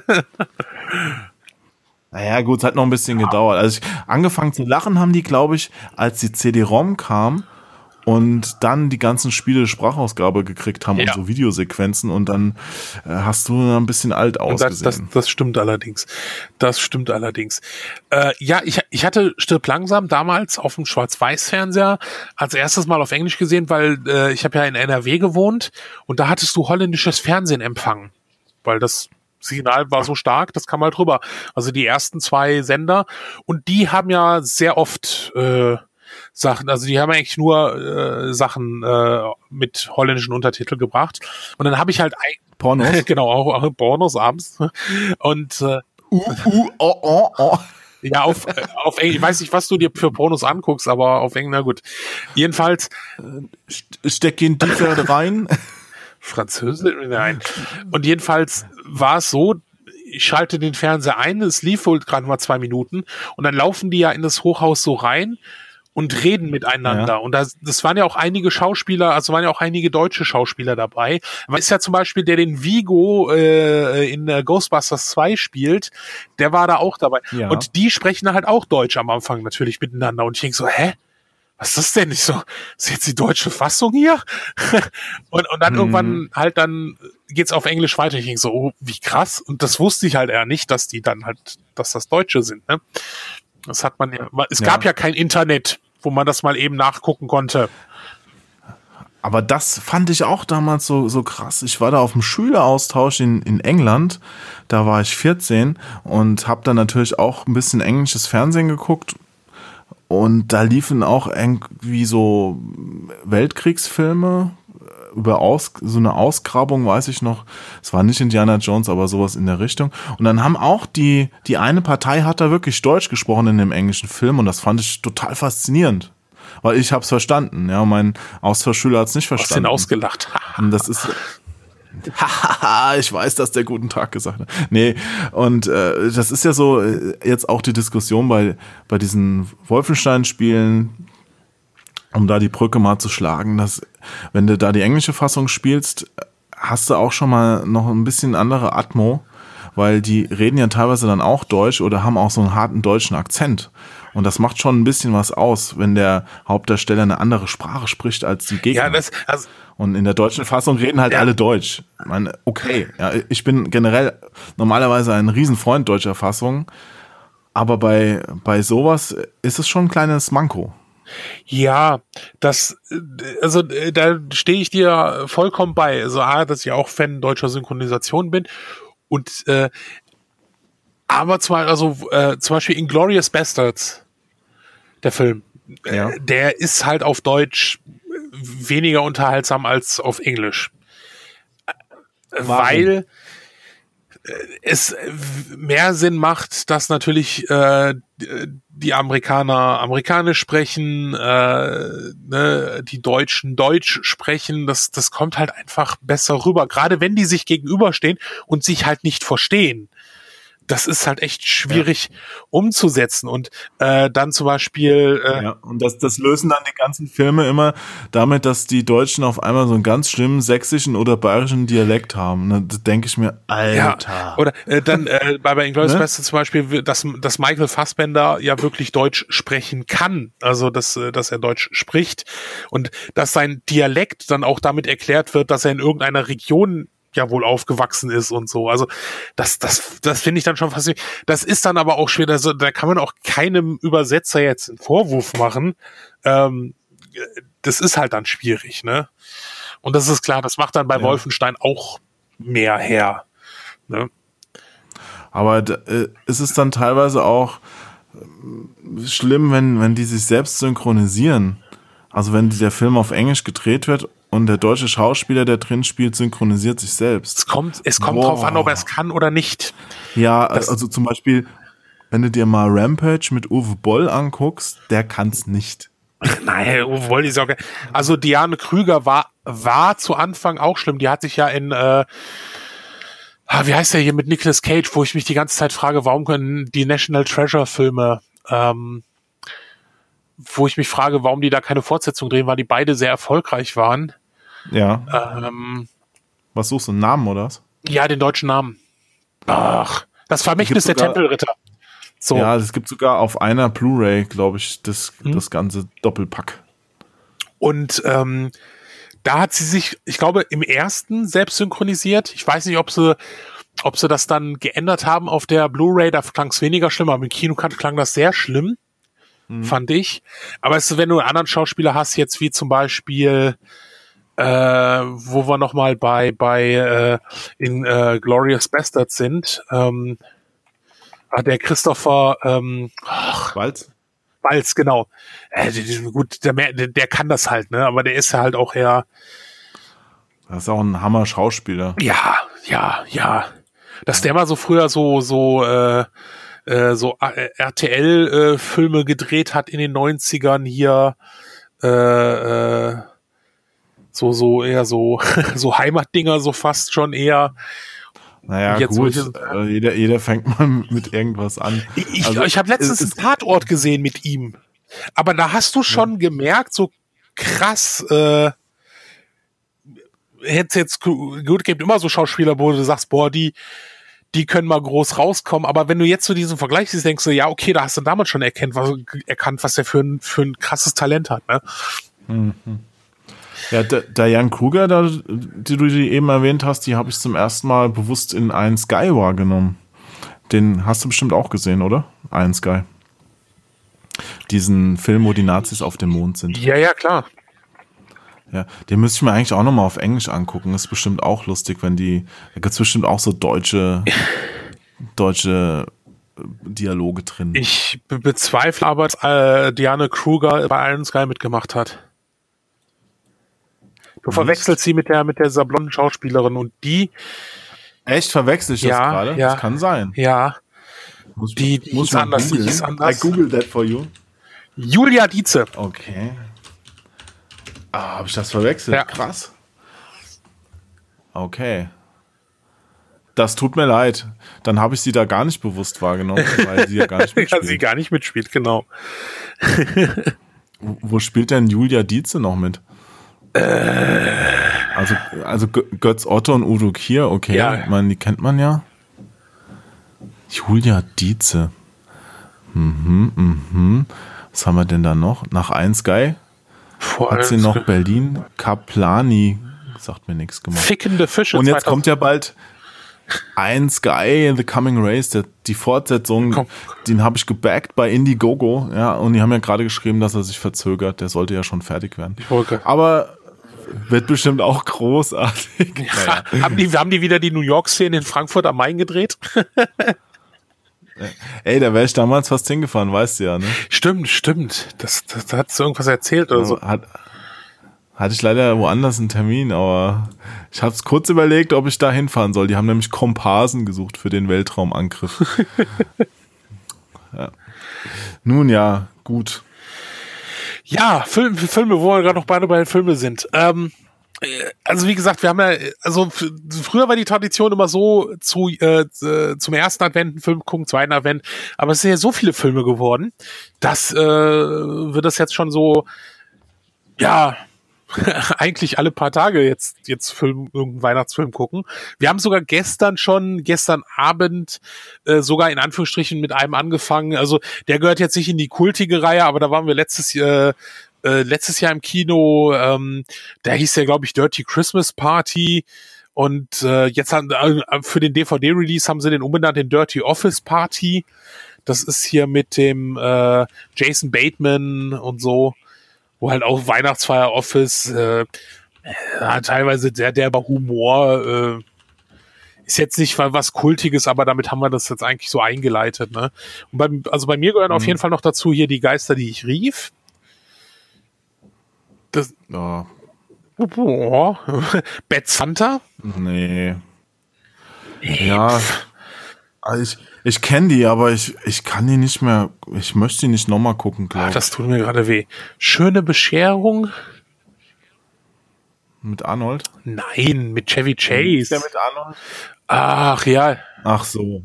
Naja, gut, es hat noch ein bisschen gedauert. Also ich, angefangen zu lachen haben die, glaube ich, als die C D-ROM kam und dann die ganzen Spiele Sprachausgabe gekriegt haben Ja. und so Videosequenzen und dann äh, hast du ein bisschen alt Und das, ausgesehen. das, das stimmt allerdings. Das stimmt allerdings. Äh, ja, ich, ich hatte Stirb langsam damals auf dem Schwarz-Weiß-Fernseher als erstes Mal auf Englisch gesehen, weil äh, ich habe ja in N R W gewohnt und da hattest du holländisches Fernsehen empfangen, weil das Signal war so stark, das kam halt rüber. Also die ersten zwei Sender und die haben ja sehr oft äh, Sachen, also die haben eigentlich nur äh, Sachen äh, mit holländischen Untertiteln gebracht und dann habe ich halt ein Pornos? genau, auch, auch Pornos abends. Und äh, uh, uh, oh, oh, oh. ja, auf, äh, auf Englisch, ich weiß nicht, was du dir für Pornos anguckst, aber auf Englisch, na gut. Jedenfalls, Steck ihn tiefer rein. Französisch, nein. Und jedenfalls war es so, ich schalte den Fernseher ein, es lief wohl gerade mal zwei Minuten und dann laufen die ja in das Hochhaus so rein und reden miteinander. Ja. Und das, das waren ja auch einige Schauspieler, also waren ja auch einige deutsche Schauspieler dabei. Man ist ja zum Beispiel, der den Vigo äh, in äh, Ghostbusters zwei spielt, der war da auch dabei. Ja. Und die sprechen halt auch Deutsch am Anfang natürlich miteinander. Und ich denke so, hä? Was ist das denn? Ich so, ist jetzt die deutsche Fassung hier? und, und dann Mhm. irgendwann halt dann geht's auf Englisch weiter. Ich denke so, oh, wie krass. Und das wusste ich halt eher nicht, dass die dann halt, dass das Deutsche sind, ne? Das hat man ja, es Ja. gab ja kein Internet, wo man das mal eben nachgucken konnte. Aber das fand ich auch damals so, so krass. Ich war da auf dem Schüleraustausch in, in England. Da war ich vierzehn und habe dann natürlich auch ein bisschen englisches Fernsehen geguckt. Und da liefen auch irgendwie so Weltkriegsfilme über Aus, so eine Ausgrabung, weiß ich noch. Es war nicht Indiana Jones, aber sowas in der Richtung. Und dann haben auch die, die eine Partei hat da wirklich Deutsch gesprochen in dem englischen Film und das fand ich total faszinierend. Weil ich hab's verstanden, ja, mein Austauschschüler hat's nicht Hast den verstanden. ausgelacht. Und das ist, hahaha, ich weiß, dass der guten Tag gesagt hat. Nee, und äh, das ist ja so äh, jetzt auch die Diskussion bei, bei diesen Wolfenstein-Spielen, um da die Brücke mal zu schlagen, dass wenn du da die englische Fassung spielst, hast du auch schon mal noch ein bisschen andere Atmo, weil die reden ja teilweise dann auch Deutsch oder haben auch so einen harten deutschen Akzent. Und das macht schon ein bisschen was aus, wenn der Hauptdarsteller eine andere Sprache spricht als die Gegner. Ja, das, also, Und in der deutschen Fassung reden halt Ja. alle Deutsch. Ich meine, okay, ja, ich bin generell normalerweise ein Riesenfreund deutscher Fassung, aber bei, bei sowas ist es schon ein kleines Manko. ja, das, äh, also äh, da stehe ich dir vollkommen bei. Also A, dass ich auch Fan deutscher Synchronisation bin und äh, aber zwar, also äh, zum Beispiel Inglourious Bastards, der Film, Ja. äh, der ist halt auf Deutsch weniger unterhaltsam als auf Englisch. Äh, Weil äh, es mehr Sinn macht, dass natürlich äh, die Amerikaner amerikanisch sprechen, äh, ne, die Deutschen Deutsch sprechen, das, das kommt halt einfach besser rüber, gerade wenn die sich gegenüberstehen und sich halt nicht verstehen. Das ist halt echt schwierig umzusetzen und äh, dann zum Beispiel äh, Ja, und das, das lösen dann die ganzen Filme immer damit, dass die Deutschen auf einmal so einen ganz schlimmen sächsischen oder bayerischen Dialekt haben. Ne, da denke ich mir, Alter. Ja, oder äh, dann äh, bei, bei Inglourious Ne? Bastards zum Beispiel, dass, dass Michael Fassbender ja wirklich Deutsch sprechen kann, also dass, äh, dass er Deutsch spricht und dass sein Dialekt dann auch damit erklärt wird, dass er in irgendeiner Region ja wohl aufgewachsen ist und so. Also das, das, das finde ich dann schon faszinierend. Das ist dann aber auch schwer, also, da kann man auch keinem Übersetzer jetzt einen Vorwurf machen. Ähm, das ist halt dann schwierig, ne? Und das ist klar, das macht dann bei ja. Wolfenstein auch mehr her. Ne? Aber äh, ist es dann teilweise auch äh, schlimm, wenn, wenn die sich selbst synchronisieren? Also wenn der Film auf Englisch gedreht wird und der deutsche Schauspieler, der drin spielt, synchronisiert sich selbst. Es kommt, es kommt drauf an, ob er es kann oder nicht. Ja, das also zum Beispiel, wenn du dir mal Rampage mit Uwe Boll anguckst, der kann's nicht. Nein, Uwe Boll ist auch geil. Also Diane Krüger war, war zu Anfang auch schlimm. Die hat sich ja in, äh, wie heißt der hier mit Nicolas Cage, wo ich mich die ganze Zeit frage, warum können die National Treasure Filme, ähm, wo ich mich frage, warum die da keine Fortsetzung drehen, weil die beide sehr erfolgreich waren. Ja. Ähm, was suchst du, einen Namen oder was? Ja, den deutschen Namen. Ach, das Vermächtnis der Tempelritter. So. Ja, es gibt sogar auf einer Blu-ray, glaube ich, das, hm. das ganze Doppelpack. Und ähm, da hat sie sich, ich glaube, im ersten selbst synchronisiert. Ich weiß nicht, ob sie, ob sie das dann geändert haben auf der Blu-ray. Da klang es weniger schlimm, aber im Kino klang das sehr schlimm, hm. fand ich. Aber es ist, wenn du einen anderen Schauspieler hast, jetzt wie zum Beispiel äh, wo wir nochmal bei, bei äh, in äh, Glorious Bastards sind, ähm, der Christopher ähm, ach, Waltz? Waltz, genau. Äh, gut, der, der, der kann das halt, ne? Aber der ist ja halt auch eher. Das ist auch ein Hammer-Schauspieler. Ja, ja, ja. Dass der mal so früher so, so, äh, äh, so R T L-Filme äh, gedreht hat in den neunzigern hier, äh, äh, so, so eher so, so Heimatdinger, so fast schon eher. Naja, jetzt gut, äh, jeder, jeder fängt mal mit irgendwas an. Ich, also, ich habe letztens einen Tatort gesehen mit ihm. Aber da hast du schon ja. gemerkt, so krass, äh, jetzt, jetzt, gut, gibt immer so Schauspieler, wo du sagst, boah, die, die können mal groß rauskommen. Aber wenn du jetzt zu so diesem Vergleich siehst, denkst du, ja, okay, da hast du damals schon erkannt, was, erkannt, was der für ein, für ein krasses Talent hat, ne? Mhm. Ja, der, der Jan Kruger, da, die du die eben erwähnt hast, die habe ich zum ersten Mal bewusst in Iron Sky wahrgenommen. Den hast du bestimmt auch gesehen, oder? Iron Sky. Diesen Film, wo die Nazis auf dem Mond sind. Ja, ja, klar. Ja, den müsste ich mir eigentlich auch nochmal auf Englisch angucken. Das ist bestimmt auch lustig, wenn die, da gibt es bestimmt auch so deutsche, deutsche Dialoge drin. Ich be- bezweifle aber, dass äh, Diane Kruger bei Iron Sky mitgemacht hat. Du verwechselst sie mit der mit der blonden Schauspielerin und die. Echt, verwechsel ich das ja, gerade? Ja, das kann sein. Ja. Muss, die die muss ist anders. Die ist anders. I google that for you. Julia Dietze. Okay. Ah, habe ich das verwechselt? Ja. Krass. Okay. Das tut mir leid. Dann habe ich sie da gar nicht bewusst wahrgenommen, weil sie ja gar nicht mitspielt. Ja, sie gar nicht mitspielt, genau. wo, wo spielt denn Julia Dietze noch mit? Also, also Götz Otto und Udo Kier, okay, ja. Ich meine, die kennt man ja. Julia Dietze. Mhm, mhm. Was haben wir denn da noch? Nach Iron Sky Vor hat sie noch Berlin Kaplani, sagt mir nichts gemacht. Fickende Fische. Und jetzt kommt ja bald Iron Sky, The Coming Race, der, die Fortsetzung, Komm. Den habe ich gebackt bei Indiegogo, ja, und die haben ja gerade geschrieben, dass er sich verzögert, der sollte ja schon fertig werden. Okay. Aber wird bestimmt auch großartig. Ja, naja. haben, die, haben die wieder die New York-Szene in Frankfurt am Main gedreht? Ey, da wäre ich damals fast hingefahren, weißt du ja, ne? Stimmt, stimmt. Das, das, da hat irgendwas erzählt oder so. Hat, hatte ich leider woanders einen Termin, aber ich habe es kurz überlegt, ob ich da hinfahren soll. Die haben nämlich Komparsen gesucht für den Weltraumangriff. Ja. Nun ja, gut. Ja, Film, Filme, wo wir gerade noch beide bei den Filmen sind. Ähm, also wie gesagt, wir haben ja, also f- früher war die Tradition immer so, zu äh, zum ersten Advent einen Film gucken, zweiten Advent, aber es sind ja so viele Filme geworden, dass äh, wir das jetzt schon so, ja, eigentlich alle paar Tage jetzt jetzt Film, irgendeinen Weihnachtsfilm gucken. Wir haben sogar gestern schon, gestern Abend äh, sogar in Anführungsstrichen mit einem angefangen. Also der gehört jetzt nicht in die kultige Reihe, aber da waren wir letztes äh, äh, letztes Jahr im Kino, ähm, der hieß ja, glaube ich, Dirty Christmas Party. Und äh, jetzt haben, äh, für den D V D-Release haben sie den umbenannt in Dirty Office Party. Das ist hier mit dem äh, Jason Bateman und so, wo halt auch Weihnachtsfeier Office, äh, ja, teilweise sehr derber Humor, äh, ist jetzt nicht was Kultiges, aber damit haben wir das jetzt eigentlich so eingeleitet, ne? Und beim, also bei mir gehören mhm. auf jeden Fall noch dazu hier die Geister, die ich rief. Das, oh. Oh, Bad Santa? Nee. Ja, also ich, ich kenne die, aber ich, ich kann die nicht mehr, ich möchte die nicht nochmal gucken, glaube ich. Das tut mir gerade weh. Schöne Bescherung? Mit Arnold? Nein, mit Chevy Chase. Ist der mit Arnold? Ach, ja. Ach so.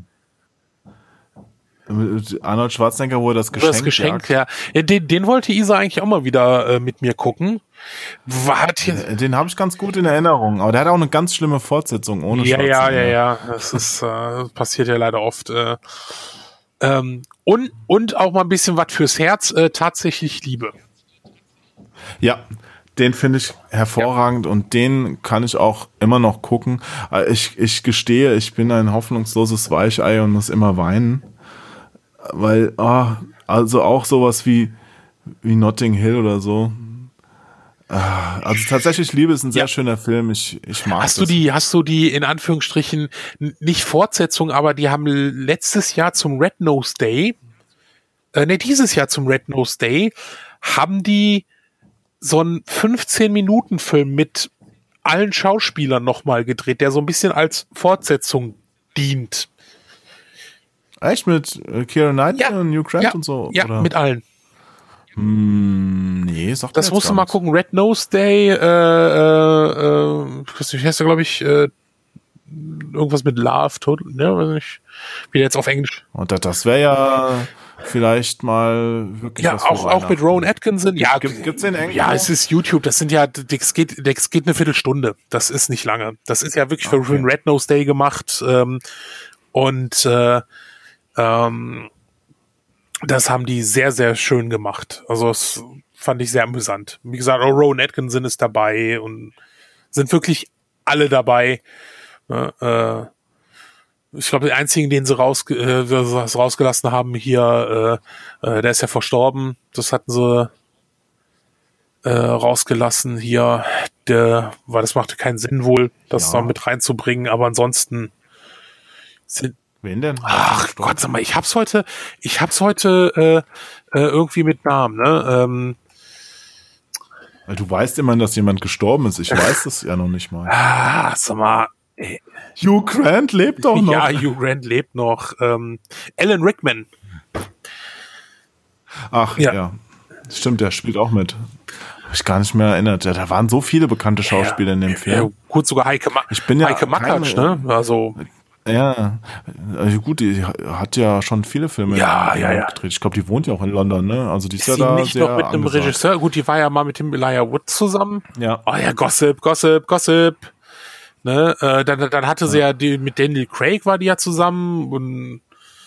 Arnold Schwarzenegger, wo er das Geschenk Das Geschenk, ja. ja. Den, den wollte Isa eigentlich auch mal wieder äh, mit mir gucken. Wart den den habe ich ganz gut in Erinnerung, aber der hat auch eine ganz schlimme Fortsetzung ohne Ja, ja, ja, ja. Das ist äh, passiert ja leider oft. Äh, ähm, und, und auch mal ein bisschen was fürs Herz, äh, tatsächlich Liebe. Ja, den finde ich hervorragend ja. und den kann ich auch immer noch gucken. Ich, ich gestehe, ich bin ein hoffnungsloses Weichei und muss immer weinen. Weil, oh, also auch sowas wie, wie Notting Hill oder so. Also tatsächlich, Liebe ist ein sehr ja. schöner Film. Ich, ich mag hast das. Du die, hast du die in Anführungsstrichen nicht Fortsetzung, aber die haben letztes Jahr zum Red Nose Day, äh, ne, dieses Jahr zum Red Nose Day, haben die so einen fünfzehn-Minuten-Film mit allen Schauspielern nochmal gedreht, der so ein bisschen als Fortsetzung dient. Echt? Mit äh, Keira Knightley ja. und Hugh Grant ja. und so? Ja, oder? mit allen. Hm, nee, sag Das musst du mal gucken. Red Nose Day, äh, äh, äh, wie heißt der, glaube ich, äh, irgendwas mit Love, Total, ne, weiß nicht, wie jetzt auf Englisch. Und das, das wäre ja vielleicht mal wirklich ja, was auch, auch mit Rowan Atkinson. Ja, Gibt, gibt's den Englisch? Ja, es ist YouTube. Das sind ja, das geht, das geht eine Viertelstunde. Das ist nicht lange. Das ist ja wirklich okay. für den Red Nose Day gemacht. Ähm, und äh, ähm, das haben die sehr, sehr schön gemacht. Also das fand ich sehr amüsant. Wie gesagt, auch Rowan Atkinson ist dabei und sind wirklich alle dabei. Äh, ich glaube, den einzigen, den sie raus, äh, rausgelassen haben hier, äh, äh, der ist ja verstorben. Das hatten sie äh, rausgelassen hier, der, weil das machte keinen Sinn wohl, das ja. noch mit reinzubringen. Aber ansonsten sind Wen denn? Ach Gott, sag mal, ich hab's heute, ich hab's heute äh, äh, irgendwie mit Namen, ne? Ähm, Du weißt immer, dass jemand gestorben ist. Ich weiß das ja noch nicht mal. Ah, sag mal. Ey. Hugh Grant lebt doch noch. Ja, Hugh Grant lebt noch. Ähm, Alan Rickman. Ach, ja. ja. Stimmt, der spielt auch mit. Hab ich gar nicht mehr erinnert. Ja, da waren so viele bekannte Schauspieler ja, in dem Film. Ja, gut, sogar Heike, Ma- ich bin ja Heike Makatsch, ne? Also... Ja, also gut, die hat ja schon viele Filme ja, ja, ja. gedreht. Ich glaube, die wohnt ja auch in London, ne? Also die ist, ist ja da nicht sehr noch mit einem angesagt. Regisseur? Gut, die war ja mal mit dem Elijah Wood zusammen. Ja. Oh ja, Gossip, Gossip, Gossip. Ne? Äh, dann, dann hatte sie ja, ja die, mit Daniel Craig war die ja zusammen und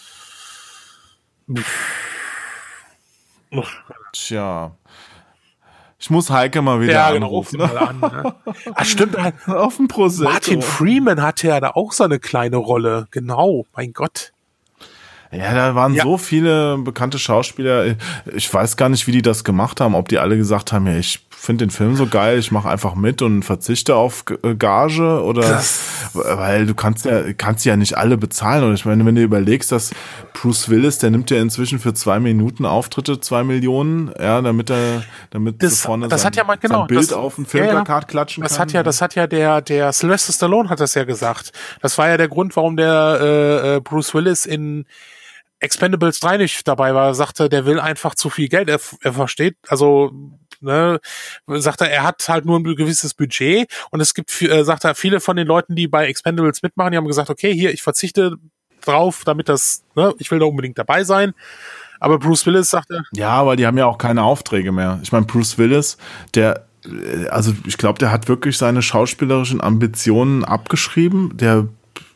Tja. Ich muss Heike mal wieder ja, genau, anrufen. Mal an, ne? Ach, stimmt. Auf dem Prosecco. Martin Freeman hatte ja da auch so eine kleine Rolle. Genau, mein Gott. Ja, da waren ja. so viele bekannte Schauspieler. Ich weiß gar nicht, wie die das gemacht haben. Ob die alle gesagt haben, ja, ich finde den Film so geil, ich mache einfach mit und verzichte auf Gage oder das weil du kannst ja kannst ja nicht alle bezahlen. Und ich meine, wenn du überlegst, dass Bruce Willis, der nimmt ja inzwischen für zwei Minuten Auftritte zwei Millionen, ja, damit er damit das, vorne das sein, hat ja mal, genau, sein Bild das, auf ein Filmplakat ja, klatschen das kann. Hat ja, das hat ja der der Sylvester Stallone hat das ja gesagt. Das war ja der Grund, warum der äh, Bruce Willis in Expendables drei nicht dabei war. Er sagte, der will einfach zu viel Geld. Er, er versteht, also ne, sagt er, er hat halt nur ein gewisses Budget und es gibt, äh, sagt er, viele von den Leuten, die bei Expendables mitmachen, die haben gesagt, okay, hier, ich verzichte drauf, damit das, ne, ich will da unbedingt dabei sein. Aber Bruce Willis sagte, ja, aber die haben ja auch keine Aufträge mehr. Ich meine, Bruce Willis, der, also ich glaube, der hat wirklich seine schauspielerischen Ambitionen abgeschrieben. Der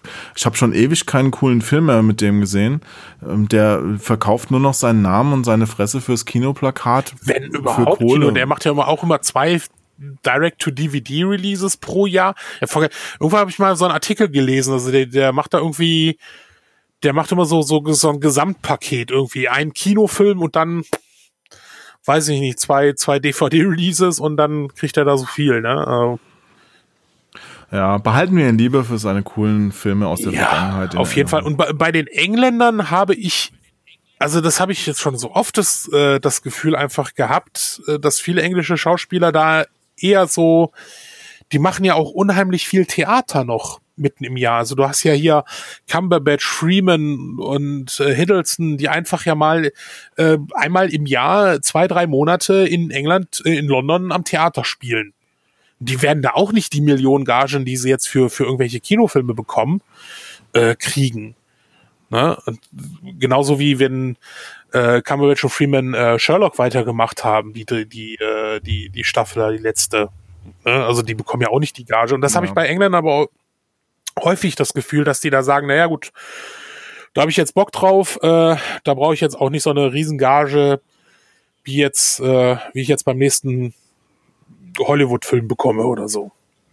ich habe schon ewig keinen coolen Film mehr mit dem gesehen. Der verkauft nur noch seinen Namen und seine Fresse fürs Kinoplakat. Wenn überhaupt Kino. Der macht ja immer auch immer zwei Direct-to-D V D-Releases pro Jahr. Irgendwann habe ich mal so einen Artikel gelesen. Also der, der macht da irgendwie, der macht immer so, so, so ein Gesamtpaket irgendwie. Ein Kinofilm und dann, weiß ich nicht, zwei, zwei D V D-Releases und dann kriegt er da so viel, ne? Ja, behalten wir ihn lieber für seine coolen Filme aus der ja, Vergangenheit. Auf jeden Fall. Und bei, bei den Engländern habe ich, also das habe ich jetzt schon so oft das, äh, das Gefühl einfach gehabt, äh, dass viele englische Schauspieler da eher so, die machen ja auch unheimlich viel Theater noch mitten im Jahr. Also du hast ja hier Cumberbatch, Freeman und äh, Hiddleston, die einfach ja mal äh, einmal im Jahr zwei, drei Monate in England, äh, in London am Theater spielen. Die werden da auch nicht die Millionen Gagen, die sie jetzt für, für irgendwelche Kinofilme bekommen, äh, kriegen. Ne? Und genauso wie wenn äh, Cumberbatch und Freeman äh, Sherlock weitergemacht haben, die, die, äh, die, die Staffel, die letzte. Ne? Also die bekommen ja auch nicht die Gage. Und das ja. habe ich bei Engländern aber auch häufig das Gefühl, dass die da sagen, naja gut, da habe ich jetzt Bock drauf, äh, da brauche ich jetzt auch nicht so eine Riesengage, wie jetzt, äh, wie ich jetzt beim nächsten Hollywood-Film bekomme oder so.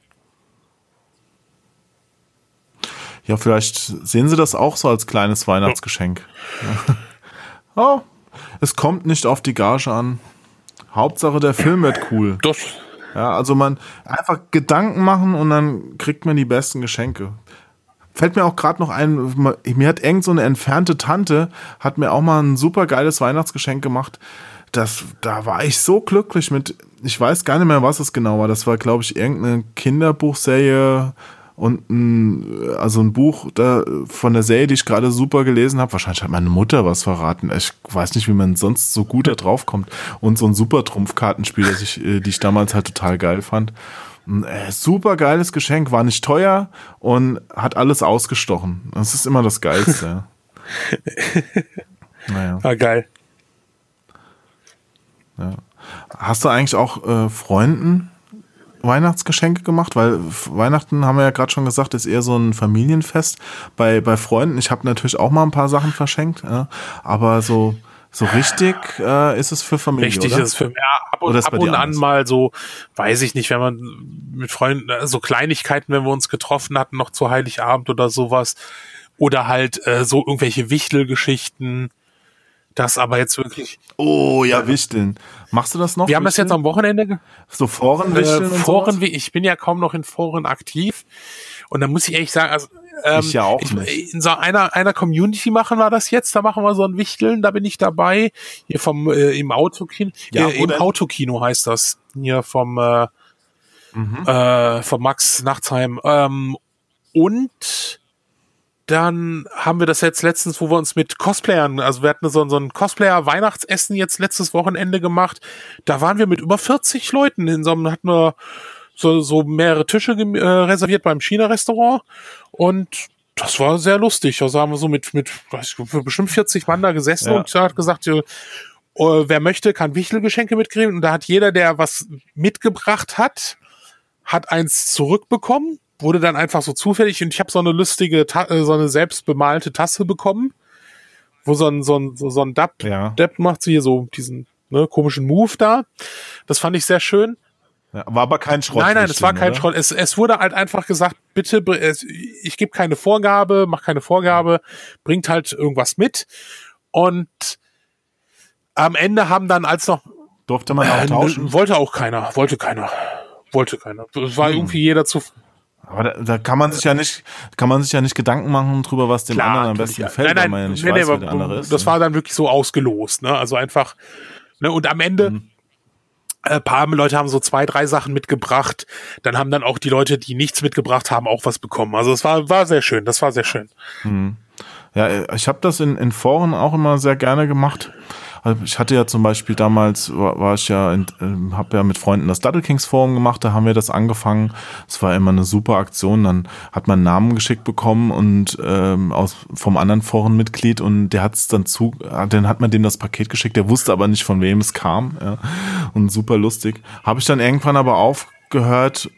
Ja, vielleicht sehen sie das auch so als kleines Weihnachtsgeschenk. Ja. Oh, es kommt nicht auf die Gage an. Hauptsache der Film wird cool. Das. Ja, also man einfach Gedanken machen und dann kriegt man die besten Geschenke. Fällt mir auch gerade noch ein, mir hat irgend so eine entfernte Tante, hat mir auch mal ein super geiles Weihnachtsgeschenk gemacht. Das, da war ich so glücklich mit, ich weiß gar nicht mehr, was es genau war. Das war, glaube ich, irgendeine Kinderbuchserie und ein, also ein Buch da von der Serie, die ich gerade super gelesen habe. Wahrscheinlich hat meine Mutter was verraten. Ich weiß nicht, wie man sonst so gut da drauf kommt. Und so ein super Trumpfkartenspiel, das ich, die ich damals halt total geil fand. Ein äh, super geiles Geschenk, war nicht teuer und hat alles ausgestochen. Das ist immer das Geilste. Naja. Ah, geil. Ja. Hast du eigentlich auch äh, Freunden Weihnachtsgeschenke gemacht? Weil Weihnachten, haben wir ja gerade schon gesagt, ist eher so ein Familienfest. Bei, bei Freunden, ich habe natürlich auch mal ein paar Sachen verschenkt, ja, aber so, so richtig äh, ist es für Familie, Richtig oder? ist es für ja, ab und, ab und an mal so, weiß ich nicht, wenn man mit Freunden, so Kleinigkeiten, wenn wir uns getroffen hatten, noch zu Heiligabend oder sowas, oder halt äh, so irgendwelche Wichtelgeschichten. Das aber jetzt wirklich. Oh ja, Wichteln. Machst du das noch? Wir haben das jetzt am Wochenende. Ge- so Forenwichteln. Äh, Foren, ich bin ja kaum noch in Foren aktiv. Und da muss ich ehrlich sagen, also ähm, ich ja auch ich, nicht. In so einer einer Community machen wir das jetzt. Da machen wir so ein Wichteln. Da bin ich dabei. Hier vom äh, im Autokino. Ja, äh, Im Autokino heißt das. Hier vom äh, mhm. äh, vom Max Nachtsheim. Ähm, und dann haben wir das jetzt letztens, wo wir uns mit Cosplayern, also wir hatten so, so ein Cosplayer-Weihnachtsessen jetzt letztes Wochenende gemacht. Da waren wir mit über vierzig Leuten in so einem, hatten wir so, so mehrere Tische äh, reserviert beim China-Restaurant und das war sehr lustig. Also haben wir so mit, mit weiß ich, bestimmt vierzig Mann da gesessen ja. und hat gesagt, äh, wer möchte, kann Wichtelgeschenke mitkriegen. Und da hat jeder, der was mitgebracht hat, hat eins zurückbekommen. Wurde dann einfach so zufällig und ich habe so eine lustige, Ta- so eine selbst bemalte Tasse bekommen, wo so ein so ein so ein Depp, ja. Depp macht sie hier so diesen ne, komischen Move da. Das fand ich sehr schön. Ja, war aber kein Schrott. Nein, nein, es war kein oder? Schrott. Es, es wurde halt einfach gesagt, bitte, es, ich gebe keine Vorgabe, mach keine Vorgabe, bringt halt irgendwas mit. Und am Ende haben dann als noch durfte man auch tauschen. Äh, wollte auch keiner, wollte keiner, wollte keiner. Es war hm. irgendwie jeder zu. Aber da, da kann man sich ja nicht, kann man sich ja nicht Gedanken machen drüber, was dem Klar, anderen am besten gefällt, nein, nein, weil man ja nicht nee, weiß, nee, wer der andere ist. Das ne? war dann wirklich so ausgelost, ne? Also einfach, ne? Und am Ende, mhm. ein paar Leute haben so zwei, drei Sachen mitgebracht. Dann haben dann auch die Leute, die nichts mitgebracht haben, auch was bekommen. Also es war, war sehr schön. Das war sehr schön. Mhm. Ja, ich habe das in, in Foren auch immer sehr gerne gemacht. Also ich hatte ja zum Beispiel damals, war, war ich ja, äh, habe ja mit Freunden das Duddle Kings Forum gemacht, da haben wir das angefangen. Es war immer eine super Aktion. Dann hat man einen Namen geschickt bekommen und ähm, aus vom anderen Forenmitglied und der hat es dann zu, dann hat man dem das Paket geschickt. Der wusste aber nicht, von wem es kam. Ja. Und super lustig. Habe ich dann irgendwann aber aufgehört,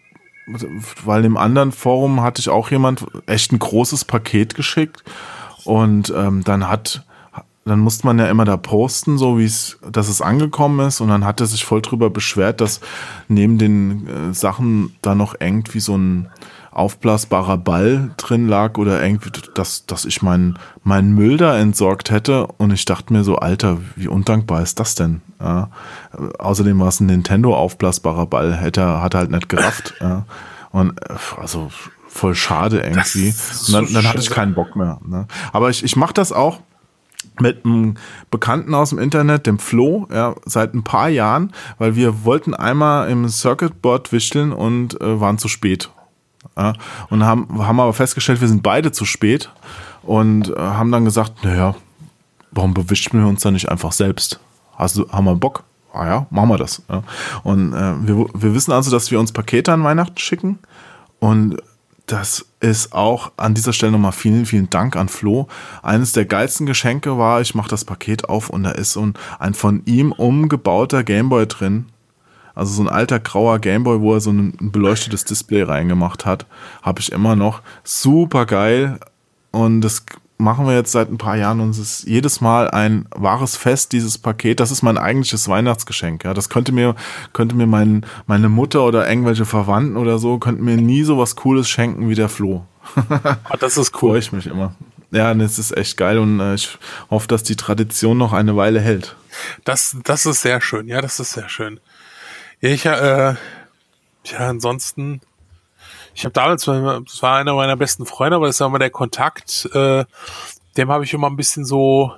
weil im anderen Forum hatte ich auch jemand echt ein großes Paket geschickt und ähm, dann hat dann musste man ja immer da posten, so wie es, dass es angekommen ist und dann hat er sich voll drüber beschwert, dass neben den äh, Sachen da noch irgendwie so ein aufblasbarer Ball drin lag oder irgendwie, dass, dass ich meinen meinen Müll da entsorgt hätte und ich dachte mir so, Alter, wie undankbar ist das denn? Ja. Außerdem war es ein Nintendo aufblasbarer Ball, hätte hat er halt nicht gerafft. Ja. Und also voll schade irgendwie. Und dann, dann hatte ich keinen Bock mehr. Ne. Aber ich, ich mache das auch mit einem Bekannten aus dem Internet, dem Flo, ja, seit ein paar Jahren, weil wir wollten einmal im Circuitboard wischeln und äh, waren zu spät. Ja, und haben, haben aber festgestellt, wir sind beide zu spät und äh, haben dann gesagt, naja, warum bewischen wir uns dann nicht einfach selbst? Hast du, haben wir Bock? Ah ja, machen wir das. Ja. Und äh, wir, wir wissen also, dass wir uns Pakete an Weihnachten schicken und das ist auch an dieser Stelle nochmal vielen, vielen Dank an Flo. Eines der geilsten Geschenke war, ich mache das Paket auf und da ist so ein, ein von ihm umgebauter Gameboy drin. Also so ein alter grauer Gameboy, wo er so ein beleuchtetes Display reingemacht hat. Habe ich immer noch. Super geil. Und das machen wir jetzt seit ein paar Jahren und es ist jedes Mal ein wahres Fest, dieses Paket. Das ist mein eigentliches Weihnachtsgeschenk. Ja, das könnte mir, könnte mir mein, meine Mutter oder irgendwelche Verwandten oder so, könnten mir nie so was Cooles schenken wie der Flo. Oh, das ist cool. Freue ich mich immer. Ja, das ist echt geil und äh, ich hoffe, dass die Tradition noch eine Weile hält. Das, das ist sehr schön. Ja, das ist sehr schön. Ja, ich, äh, ja, ansonsten, ich habe damals, das war einer meiner besten Freunde, aber das war immer der Kontakt, äh, dem habe ich immer ein bisschen so,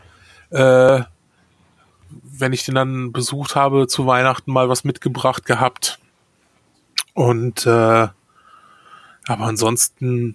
äh, wenn ich den dann besucht habe, zu Weihnachten mal was mitgebracht gehabt. Und, äh, aber ansonsten,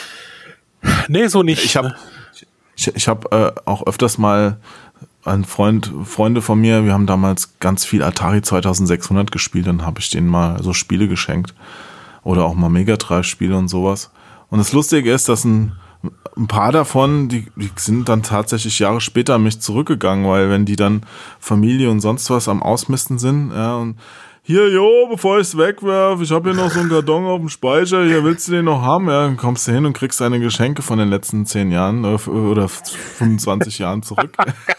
nee, so nicht. Ich habe ich, ich hab, äh, auch öfters mal ein Freund, Freunde von mir, wir haben damals ganz viel Atari zweitausendsechshundert gespielt, dann habe ich denen mal so Spiele geschenkt oder auch mal Mega Drive Spiele und sowas. Und das Lustige ist, dass ein, ein paar davon, die, die sind dann tatsächlich Jahre später an mich zurückgegangen, weil wenn die dann Familie und sonst was am Ausmisten sind, ja, und hier, jo, bevor ich es wegwerfe, ich habe hier noch so einen Karton auf dem Speicher, hier, willst du den noch haben? Ja, dann kommst du hin und kriegst deine Geschenke von den letzten zehn Jahren oder fünfundzwanzig Jahren zurück.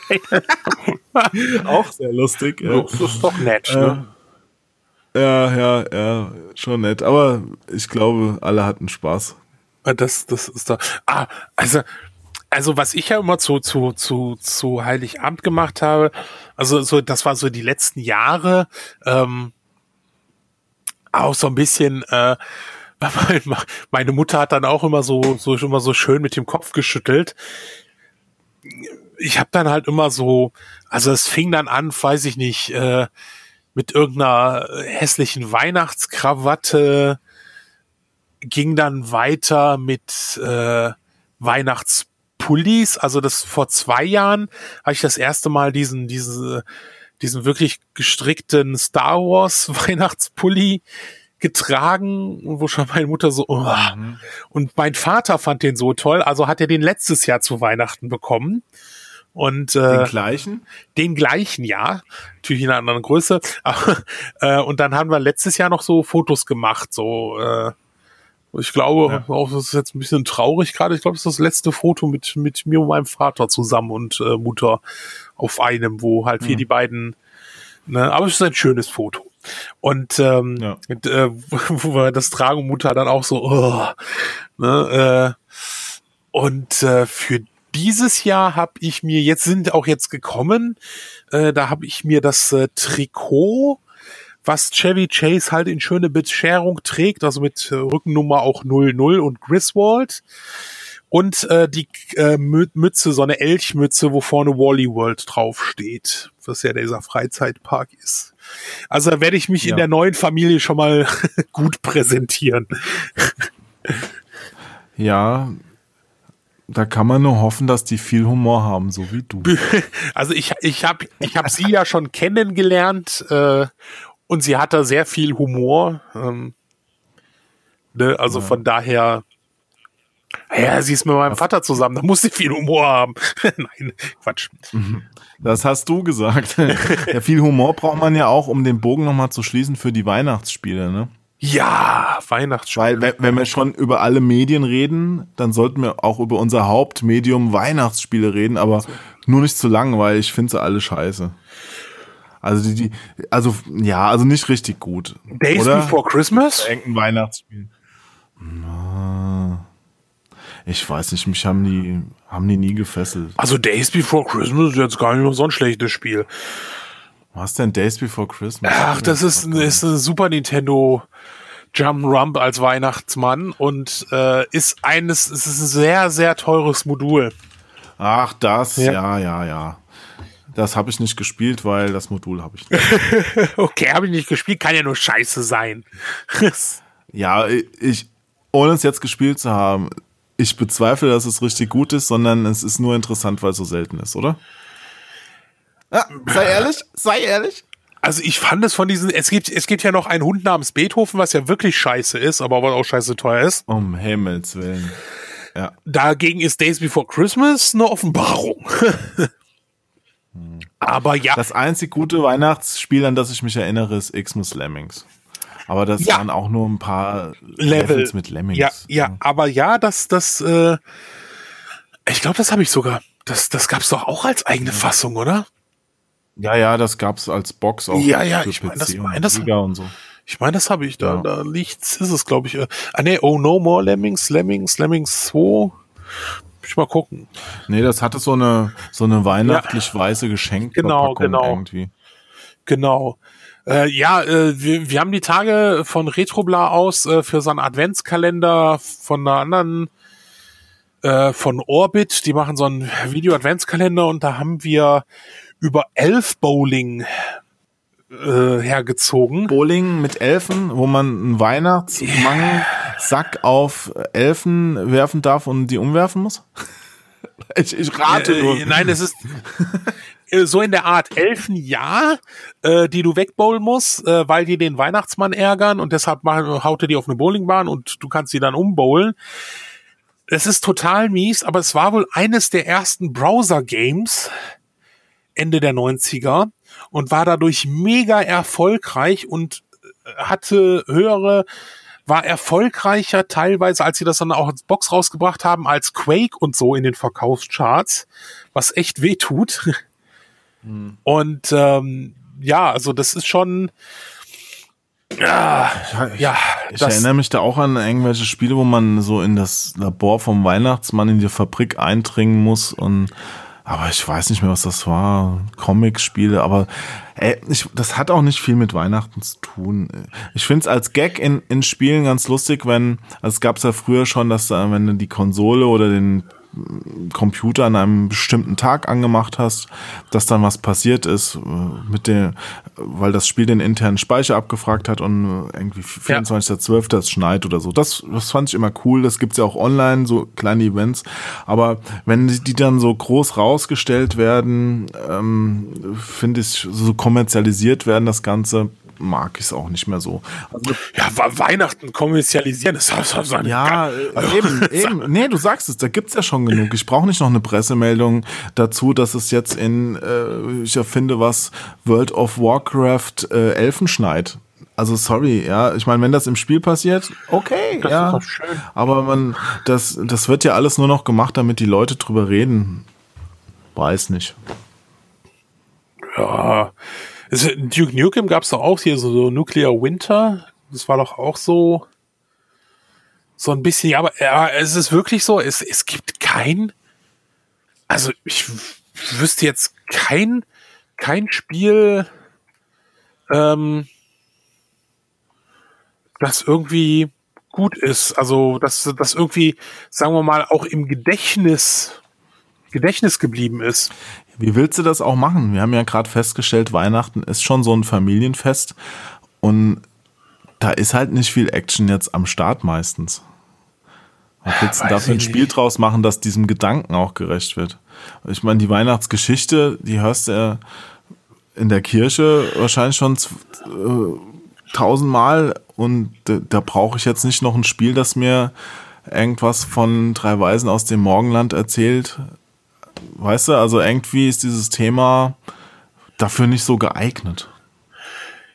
Auch sehr lustig. Ja. Das ist doch nett, ne? Ja, ja, ja, schon nett. Aber ich glaube, alle hatten Spaß. Das, das ist doch. Ah, also, also was ich ja immer zu, zu, zu, zu Heiligabend gemacht habe, also so, das war so die letzten Jahre, ähm, auch so ein bisschen, äh, meine Mutter hat dann auch immer so, so, immer so schön mit dem Kopf geschüttelt. Ich habe dann halt immer so, also es fing dann an, weiß ich nicht, äh, mit irgendeiner hässlichen Weihnachtskrawatte, ging dann weiter mit äh, Weihnachtspullis. Also das vor zwei Jahren habe ich das erste Mal diesen, diese, diesen wirklich gestrickten Star Wars Weihnachtspulli getragen, wo schon meine Mutter so, oh. Mhm. Und mein Vater fand den so toll, also hat er den letztes Jahr zu Weihnachten bekommen. Und äh, den gleichen? Den gleichen, ja. Natürlich in einer anderen Größe. äh, und dann haben wir letztes Jahr noch so Fotos gemacht, so äh, ich glaube, ja. auch das ist jetzt ein bisschen traurig gerade. Ich glaube, das ist das letzte Foto mit mit mir und meinem Vater zusammen und äh, Mutter auf einem, wo halt wir mhm. die beiden, ne, aber es ist ein schönes Foto. Und ähm, ja. mit, äh, wo wir das tragen, Mutter dann auch so, oh, ne, äh, und äh, für dieses Jahr habe ich mir, jetzt sind auch jetzt gekommen, äh, da habe ich mir das äh, Trikot, was Chevy Chase halt in schöne Bescherung trägt, also mit äh, Rückennummer auch null null und Griswold. Und äh, die äh, Mütze, so eine Elchmütze, wo vorne Wally World draufsteht, was ja dieser Freizeitpark ist. Also da werde ich mich ja. in der neuen Familie schon mal gut präsentieren. Ja, da kann man nur hoffen, dass die viel Humor haben, so wie du. Also ich, ich habe ich hab sie ja schon kennengelernt äh, und sie hat da sehr viel Humor. Ähm, ne? Also ja. von daher, ja, sie ist mit meinem Vater zusammen, da muss sie viel Humor haben. Nein, Quatsch. Das hast du gesagt. Ja, viel Humor braucht man ja auch, um den Bogen nochmal zu schließen für die Weihnachtsspiele, ne? Ja, Weihnachtsspiele. Weil, wenn, wenn wir schon über alle Medien reden, dann sollten wir auch über unser Hauptmedium Weihnachtsspiele reden, aber nur nicht zu lang, weil ich finde sie alle scheiße. Also die, die, also ja, also nicht richtig gut. Days oder? Before Christmas? Irgendein Weihnachtsspiel. Ich weiß nicht, mich haben die, haben die nie gefesselt. Also Days Before Christmas ist jetzt gar nicht mal so ein schlechtes Spiel. Was denn Days Before Christmas? Ach, das ist, ist ein Super Nintendo Jump'n'Rump als Weihnachtsmann und äh, ist eines, es ist ein sehr, sehr teures Modul. Ach, das, Ja. ja, ja, ja. Das habe ich nicht gespielt, weil das Modul habe ich nicht. Okay, habe ich nicht gespielt, kann ja nur scheiße sein. Ja, ich, ohne es jetzt gespielt zu haben, ich bezweifle, dass es richtig gut ist, sondern es ist nur interessant, weil es so selten ist, oder? Ja, sei ehrlich, sei ehrlich. Also ich fand es von diesen, es gibt, es gibt ja noch einen Hund namens Beethoven, was ja wirklich scheiße ist, aber was auch scheiße teuer ist. Um Himmels Willen. Ja. Dagegen ist Days Before Christmas eine Offenbarung. Aber ja. Das einzig gute Weihnachtsspiel, an das ich mich erinnere, ist Xmas Lemmings. Aber das Ja. waren auch nur ein paar Level. Levels mit Lemmings. Ja, ja, aber ja, das, das, äh, ich glaube, das habe ich sogar. Das, das gab's doch auch als eigene Fassung, oder? Ja, ja, das gab's als Box auch. Ja, ja, für ich meine, P das, C und mein, das, Amiga und so. ich meine, das habe ich da. Ja. Da liegt's, ist es, glaube ich. Äh, ah, nee, Oh No More Lemmings, Lemmings, Lemmings zwei. Muss ich mal gucken. Nee, das hatte so eine so eine weihnachtlich weiße Geschenkverpackung Genau, genau. irgendwie. Genau. Äh, ja, äh, wir, wir haben die Tage von Retrobla aus äh, für so einen Adventskalender von einer anderen, äh, von Orbit, die machen so einen Video-Adventskalender und da haben wir über Elf Bowling äh, hergezogen. Bowling mit Elfen, wo man einen Weihnachtsmannsack auf Elfen werfen darf und die umwerfen muss? Ich, ich rate nur. Äh, nein, es ist äh, so in der Art Elfen, ja, äh, die du wegbowlen musst, äh, weil die den Weihnachtsmann ärgern und deshalb machen, haut er die auf eine Bowlingbahn und du kannst sie dann umbowlen. Es ist total mies, aber es war wohl eines der ersten Browser-Games Ende der neunziger und war dadurch mega erfolgreich und hatte höhere, war erfolgreicher teilweise, als sie das dann auch als Box rausgebracht haben, als Quake und so in den Verkaufscharts, was echt weh tut. Hm. Und ähm, ja, also das ist schon ja, Ich, ja ich das, erinnere mich da auch an irgendwelche Spiele, wo man so in das Labor vom Weihnachtsmann in die Fabrik eindringen muss und aber ich weiß nicht mehr, was das war. Comic-Spiele, aber ey, ich, das hat auch nicht viel mit Weihnachten zu tun. Ich finde es als Gag in, in Spielen ganz lustig, wenn, also es gab es ja früher schon, dass da, wenn du die Konsole oder den Computer an einem bestimmten Tag angemacht hast, dass dann was passiert ist mit dem, weil das Spiel den internen Speicher abgefragt hat und irgendwie vierundzwanzigster zwölfter es schneit oder so. Das, das fand ich immer cool. Das gibt's ja auch online, so kleine Events. Aber wenn die, die dann so groß rausgestellt werden, ähm, finde ich, so kommerzialisiert werden, das Ganze, mag ich es auch nicht mehr so. Also, ja, Weihnachten kommerzialisieren, das ist so eine ja, äh, eben, eben. Nee, du sagst es, da gibt's ja schon genug. Ich brauche nicht noch eine Pressemeldung dazu, dass es jetzt in, äh, ich erfinde was, World of Warcraft äh, Elfen schneit. Also sorry, ja, ich meine, wenn das im Spiel passiert, okay, das ja. ist doch schön. Aber man, das, das wird ja alles nur noch gemacht, damit die Leute drüber reden. Weiß nicht. Ja. Es, Duke Nukem gab es doch auch hier so, so Nuclear Winter. Das war doch auch so so ein bisschen, ja, aber ja, es ist wirklich so, es, es gibt kein, also ich wüsste jetzt kein kein Spiel, ähm, das irgendwie gut ist. Also das, das irgendwie, sagen wir mal, auch im Gedächtnis Gedächtnis geblieben ist. Wie willst du das auch machen? Wir haben ja gerade festgestellt, Weihnachten ist schon so ein Familienfest und da ist halt nicht viel Action jetzt am Start meistens. Was willst du da für ein Spiel draus machen, das diesem Gedanken auch gerecht wird? Ich meine, die Weihnachtsgeschichte, die hörst du ja in der Kirche wahrscheinlich schon äh, tausendmal und da, da brauche ich jetzt nicht noch ein Spiel, das mir irgendwas von drei Weisen aus dem Morgenland erzählt. Weißt du, also irgendwie ist dieses Thema dafür nicht so geeignet.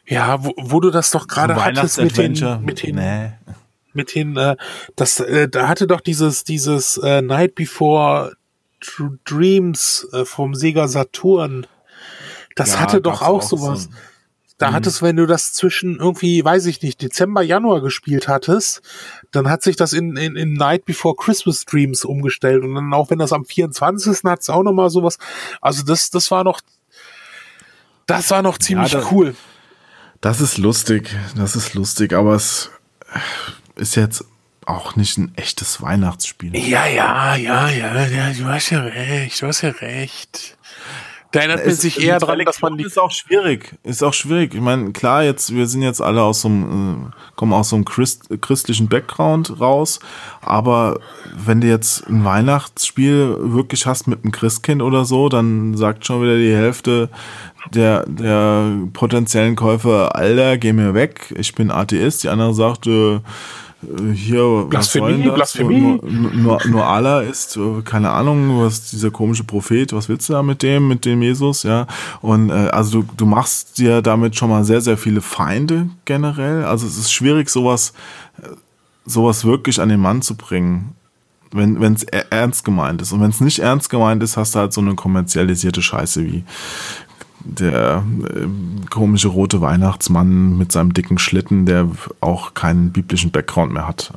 Ja, wo, wo du das doch gerade So hattest mit den, Weihnachtsadventure. mit den, Nee. mit den, äh, das, äh, da hatte doch dieses, dieses äh, Night Before Dr- Dreams äh, vom Sega Saturn. Das Ja, hatte doch gab's auch auch sowas. so. Da hattest, wenn du das zwischen irgendwie, weiß ich nicht, Dezember, Januar gespielt hattest, dann hat sich das in, in, in Night Before Christmas Dreams umgestellt. Und dann auch wenn das am vierundzwanzigsten hat es auch nochmal sowas. Also das, das war noch, das war noch ziemlich Ja, da- cool. Das ist lustig, das ist lustig, aber es ist jetzt auch nicht ein echtes Weihnachtsspiel. Ja, ja, ja, ja, ja, du hast ja recht, du hast ja recht. Da erinnert man Es- sich eher mit dran, dass man die, ist auch schwierig, ist auch schwierig. Ich meine, klar, jetzt wir sind jetzt alle aus so einem, äh, kommen aus so einem Christ, christlichen Background raus, aber wenn du jetzt ein Weihnachtsspiel wirklich hast mit einem Christkind oder so, dann sagt schon wieder die Hälfte der der potenziellen Käufer: Alter, geh mir weg, ich bin Atheist. Die andere sagt, äh, hier, was soll denn Blasphemie, das? Blasphemie. Nur, nur, nur Allah ist, äh, keine Ahnung, was dieser komische Prophet, was willst du da mit dem, mit dem Jesus, ja? Und äh, also du, du machst dir damit schon mal sehr, sehr viele Feinde generell. Also es ist schwierig, sowas, äh, sowas wirklich an den Mann zu bringen, wenn wenn es ernst gemeint ist. Und wenn es nicht ernst gemeint ist, hast du halt so eine kommerzialisierte Scheiße wie der äh, komische rote Weihnachtsmann mit seinem dicken Schlitten, der auch keinen biblischen Background mehr hat.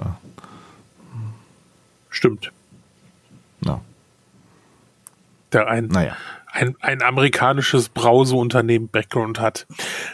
stimmt, Ja. der ein, Naja. ein, ein amerikanisches Brauseunternehmen Background hat.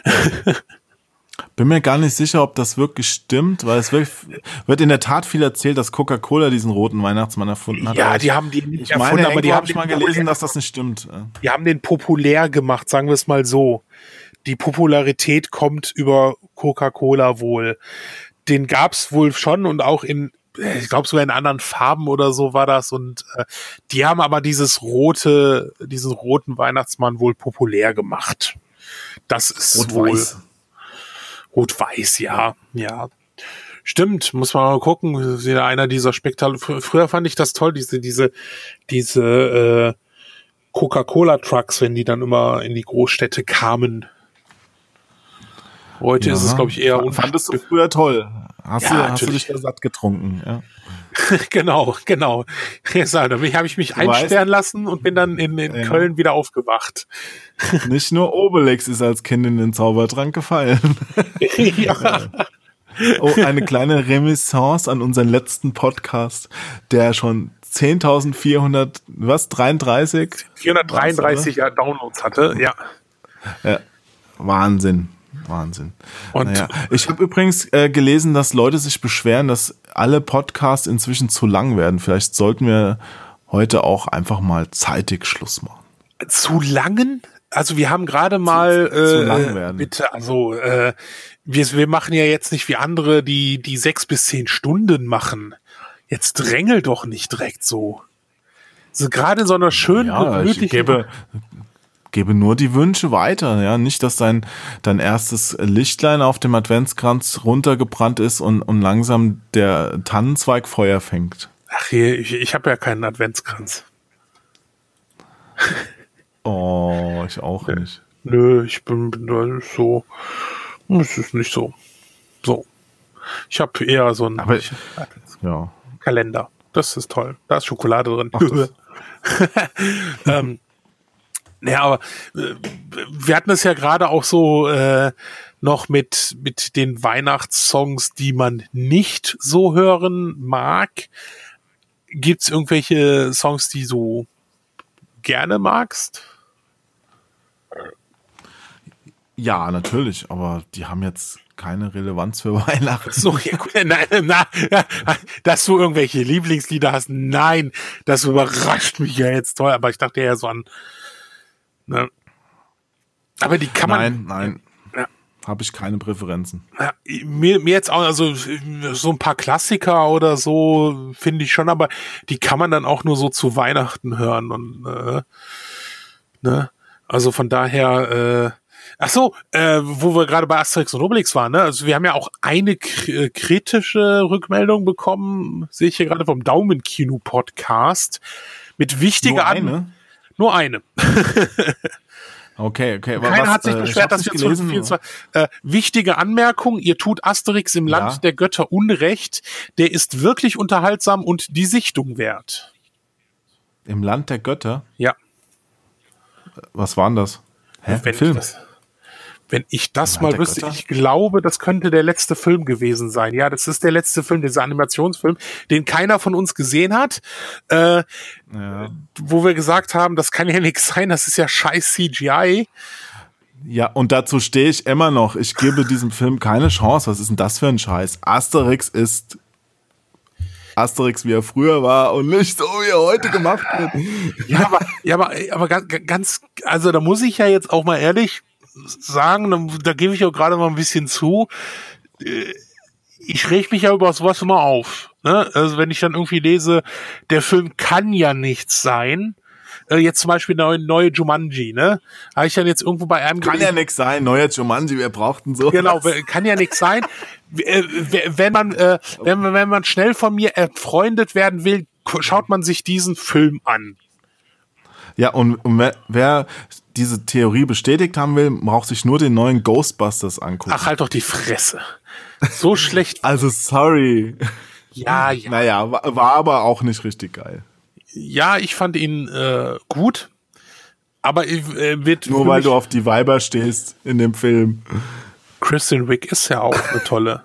Bin mir gar nicht sicher, ob das wirklich stimmt, weil es wird, wird in der Tat viel erzählt, dass Coca-Cola diesen roten Weihnachtsmann erfunden hat. Ja, Aber die haben die nicht ich erfunden, meine, aber die irgendwo haben habe ich den mal gelesen, populär- dass das nicht stimmt. Die haben den populär gemacht, sagen wir es mal so. Die Popularität kommt über Coca-Cola wohl. Den gab's wohl schon und auch in, ich glaube sogar in anderen Farben oder so war das. Und äh, die haben aber dieses rote, diesen roten Weihnachtsmann wohl populär gemacht. Das ist wohl Rot-Weiß. Rot-Weiß, ja, ja. Stimmt, muss man mal gucken. Das ist wieder einer dieser Spektakel. Fr- Früher fand ich das toll, diese, diese, diese äh, Coca-Cola-Trucks, wenn die dann immer in die Großstädte kamen. Heute ist es, glaube ich, eher Fand- Fandest du früher toll? Hast, Ja, du, hast du natürlich. dich da satt getrunken? Ja. Genau, genau. Ja, so, damit habe ich mich Du weißt- einsperren lassen und bin dann in, in Ja. Köln wieder aufgewacht. Nicht nur Obelix ist als Kind in den Zaubertrank gefallen. Ja. Oh, eine kleine Remisance an unseren letzten Podcast, der schon zehntausendvierhundert, was, dreiunddreißig? vierhundertdreiunddreißig ja, Downloads hatte, ja. Ja, Wahnsinn, Wahnsinn. Und Naja. Ich habe übrigens äh, gelesen, dass Leute sich beschweren, dass alle Podcasts inzwischen zu lang werden. Vielleicht sollten wir heute auch einfach mal zeitig Schluss machen. zu langen? Also wir haben gerade mal zu äh, lang werden. bitte, also äh, wir, wir machen ja jetzt nicht wie andere, die die sechs bis zehn Stunden machen. Jetzt drängel doch nicht direkt so. So gerade in so einer schönen, Ja, ich gemütlichen gebe, gebe nur die Wünsche weiter, ja. Nicht, dass dein, dein erstes Lichtlein auf dem Adventskranz runtergebrannt ist und, und langsam der Tannenzweig Feuer fängt. Ach hier, ich, ich habe ja keinen Adventskranz. Oh, ich auch nicht. Nö, ich bin, bin da nicht so. Es ist nicht so. So. Ich habe eher so einen Aber ja. Kalender. Das ist toll. Da ist Schokolade drin. Ach, das- ähm, ja, aber äh, wir hatten es ja gerade auch so äh, noch mit mit den Weihnachtssongs, die man nicht so hören mag. Gibt's irgendwelche Songs, die du gerne magst? Ja, natürlich, aber die haben jetzt keine Relevanz für Weihnachten. So, ja, gut, nein, na, ja, dass du irgendwelche Lieblingslieder hast, nein, das überrascht mich ja jetzt toll, aber ich dachte ja so an, ne, aber die kann man, Nein, nein. Ja. Habe ich keine Präferenzen. ja, mir, mir jetzt auch, also so ein paar Klassiker oder so finde ich schon, aber die kann man dann auch nur so zu Weihnachten hören und, äh, ne, also von daher, äh, ach so, äh, wo wir gerade bei Asterix und Obelix waren, ne? Also wir haben ja auch eine k- kritische Rückmeldung bekommen, sehe ich hier gerade vom Daumenkino-Podcast, mit wichtiger Nur An- eine? Nur eine. Okay, okay. Keiner was, hat sich äh, beschwert, dass wir gelesen. vierundzwanzig Äh, wichtige Anmerkung, ihr tut Asterix im Land Ja. der Götter Unrecht. Der ist wirklich unterhaltsam und die Sichtung wert. Im Land der Götter? Ja. Was war denn das? Hä? Wenn Film? ich das, wenn ich das Land mal der wüsste, Götter? ich glaube, das könnte der letzte Film gewesen sein. Ja, das ist der letzte Film, dieser Animationsfilm, den keiner von uns gesehen hat. Äh, Ja. wo wir gesagt haben, das kann ja nichts sein, das ist ja scheiß C G I. Ja, und dazu stehe ich immer noch. Ich gebe diesem Film keine Chance. Was ist denn das für ein Scheiß? Asterix ist Asterix, wie er früher war und nicht so, wie er heute gemacht wird. Ja, aber, ja, aber, aber ganz, ganz, also da muss ich ja jetzt auch mal ehrlich sagen, da, da gebe ich auch gerade mal ein bisschen zu, äh, ich reg mich ja über sowas immer auf. Ne? Also wenn ich dann irgendwie lese, der Film kann ja nichts sein, äh, jetzt zum Beispiel neue, neue Jumanji, ne? Habe ich dann jetzt irgendwo bei einem Kann ja nichts sein. Neuer Jumanji, wir brauchten so. Genau, kann ja nichts sein. Äh, Wenn man, äh, wenn man, wenn man schnell von mir erfreundet werden will, schaut man sich diesen Film an. Ja, und, und wer, wer diese Theorie bestätigt haben will, braucht sich nur den neuen Ghostbusters angucken. Ach, halt doch die Fresse. So schlecht. Also, sorry. Ja, ja. Naja, war, war aber auch nicht richtig geil. Ja, ich fand ihn äh, gut. Aber äh, wird Nur für weil mich- du auf die Weiber stehst in dem Film. Kristen Wiig ist ja auch eine tolle.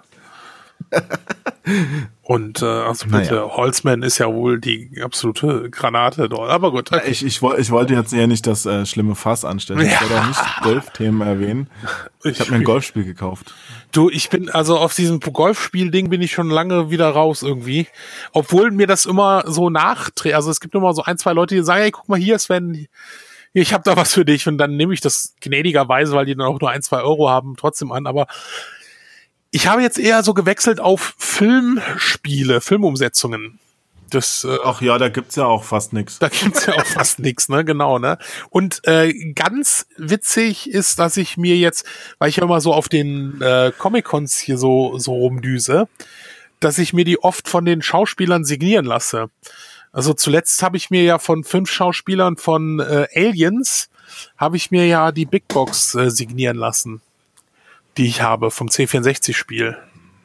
Und äh, also bitte, Naja. Holzman ist ja wohl die absolute Granate dort. Aber gut, okay. Ich, ich, woll- ich wollte jetzt ja nicht das äh, schlimme Fass anstellen. Ich Ja. wollte auch nicht Golfthemen erwähnen. Ich habe mir ein Golfspiel gekauft. Du, ich bin, also auf diesem Golfspiel-Ding bin ich schon lange wieder raus irgendwie. Obwohl mir das immer so nachträgt. Also es gibt immer so ein, zwei Leute, die sagen, hey, guck mal hier, Sven, ich habe da was für dich. Und dann nehme ich das gnädigerweise, weil die dann auch nur ein, zwei Euro haben, trotzdem an. Aber ich habe jetzt eher so gewechselt auf Filmspiele, Filmumsetzungen. Das, äh, Ach ja, da gibt's ja auch fast nichts. da gibt's ja auch fast nichts, ne? Genau, ne? Und äh, ganz witzig ist, dass ich mir jetzt, weil ich ja immer so auf den äh, Comic-Cons hier so so rumdüse, dass ich mir die oft von den Schauspielern signieren lasse. Also zuletzt habe ich mir ja von fünf Schauspielern von äh, Aliens habe ich mir ja die Big Box äh, signieren lassen, die ich habe vom C vierundsechzig-Spiel.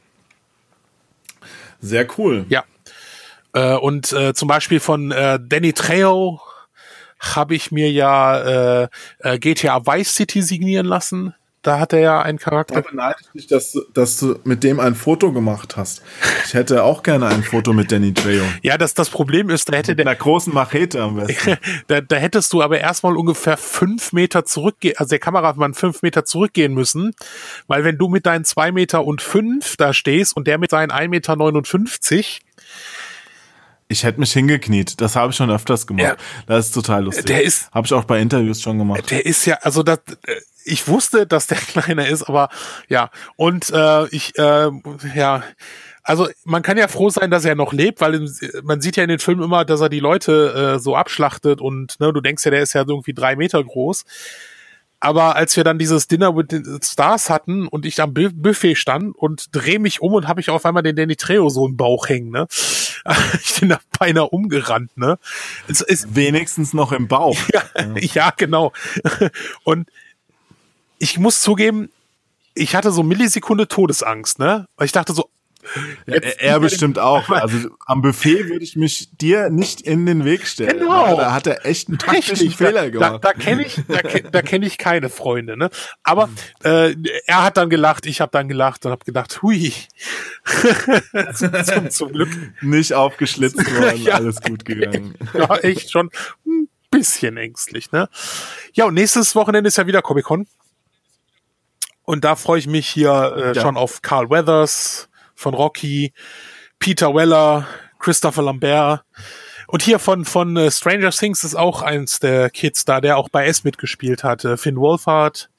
Sehr cool. Ja. Äh, und äh, zum Beispiel von äh, Danny Trejo habe ich mir ja äh, äh, G T A Vice City signieren lassen. Da hat er ja einen Charakter. Da beneide ich dich, dass, du- dass du mit dem ein Foto gemacht hast. Ich hätte auch gerne ein Foto mit Danny Trejo. Ja, das, das Problem ist, da hätte Mit der, einer großen Machete am besten. da, da hättest du aber erstmal ungefähr fünf Meter zurückgehen, also der Kameramann fünf Meter zurückgehen müssen, weil wenn du mit deinen zwei Meter und fünf da stehst und der mit seinen ein Meter neunundfünfzig, Ich hätte mich hingekniet. Das habe ich schon öfters gemacht. Ja. Das ist total lustig. Der ist- Habe ich auch bei Interviews schon gemacht. der ist ja, also das, äh, ich wusste, dass der kleiner ist, aber ja, und äh, ich, äh, ja, also man kann ja froh sein, dass er noch lebt, weil im, man sieht ja in den Filmen immer, dass er die Leute äh, so abschlachtet und ne, du denkst ja, der ist ja irgendwie drei Meter groß. Aber als wir dann dieses Dinner with the Stars hatten und ich am Bu- Buffet stand und drehe mich um und habe ich auf einmal den Danny Trejo so im Bauch hängen, ne? Ich bin da beinahe umgerannt, ne? Es ist Wenigstens noch im Bauch. ja, ja, genau. Und ich muss zugeben, ich hatte so Millisekunde Todesangst, ne? Weil ich dachte so, Ja, er er bestimmt auch. Also am Buffet würde ich mich dir nicht in den Weg stellen. Genau. Da hat er echt einen taktischen richtig, Fehler da, gemacht. da, da kenne ich, da, ke- da kenne ich keine Freunde, ne? Aber äh, er hat dann gelacht, ich habe dann gelacht und habe gedacht, hui, zum, zum, zum Glück, Nicht aufgeschlitzt worden, Ja. alles gut gegangen. ja, echt schon ein bisschen ängstlich, ne? Ja, und nächstes Wochenende ist ja wieder Comic-Con. Und da freue ich mich hier äh, Ja. schon auf Carl Weathers von Rocky, Peter Weller, Christopher Lambert. Und hier von von äh, Stranger Things ist auch eins der Kids da, der auch bei S mitgespielt hat. Äh, Finn Wolfhard.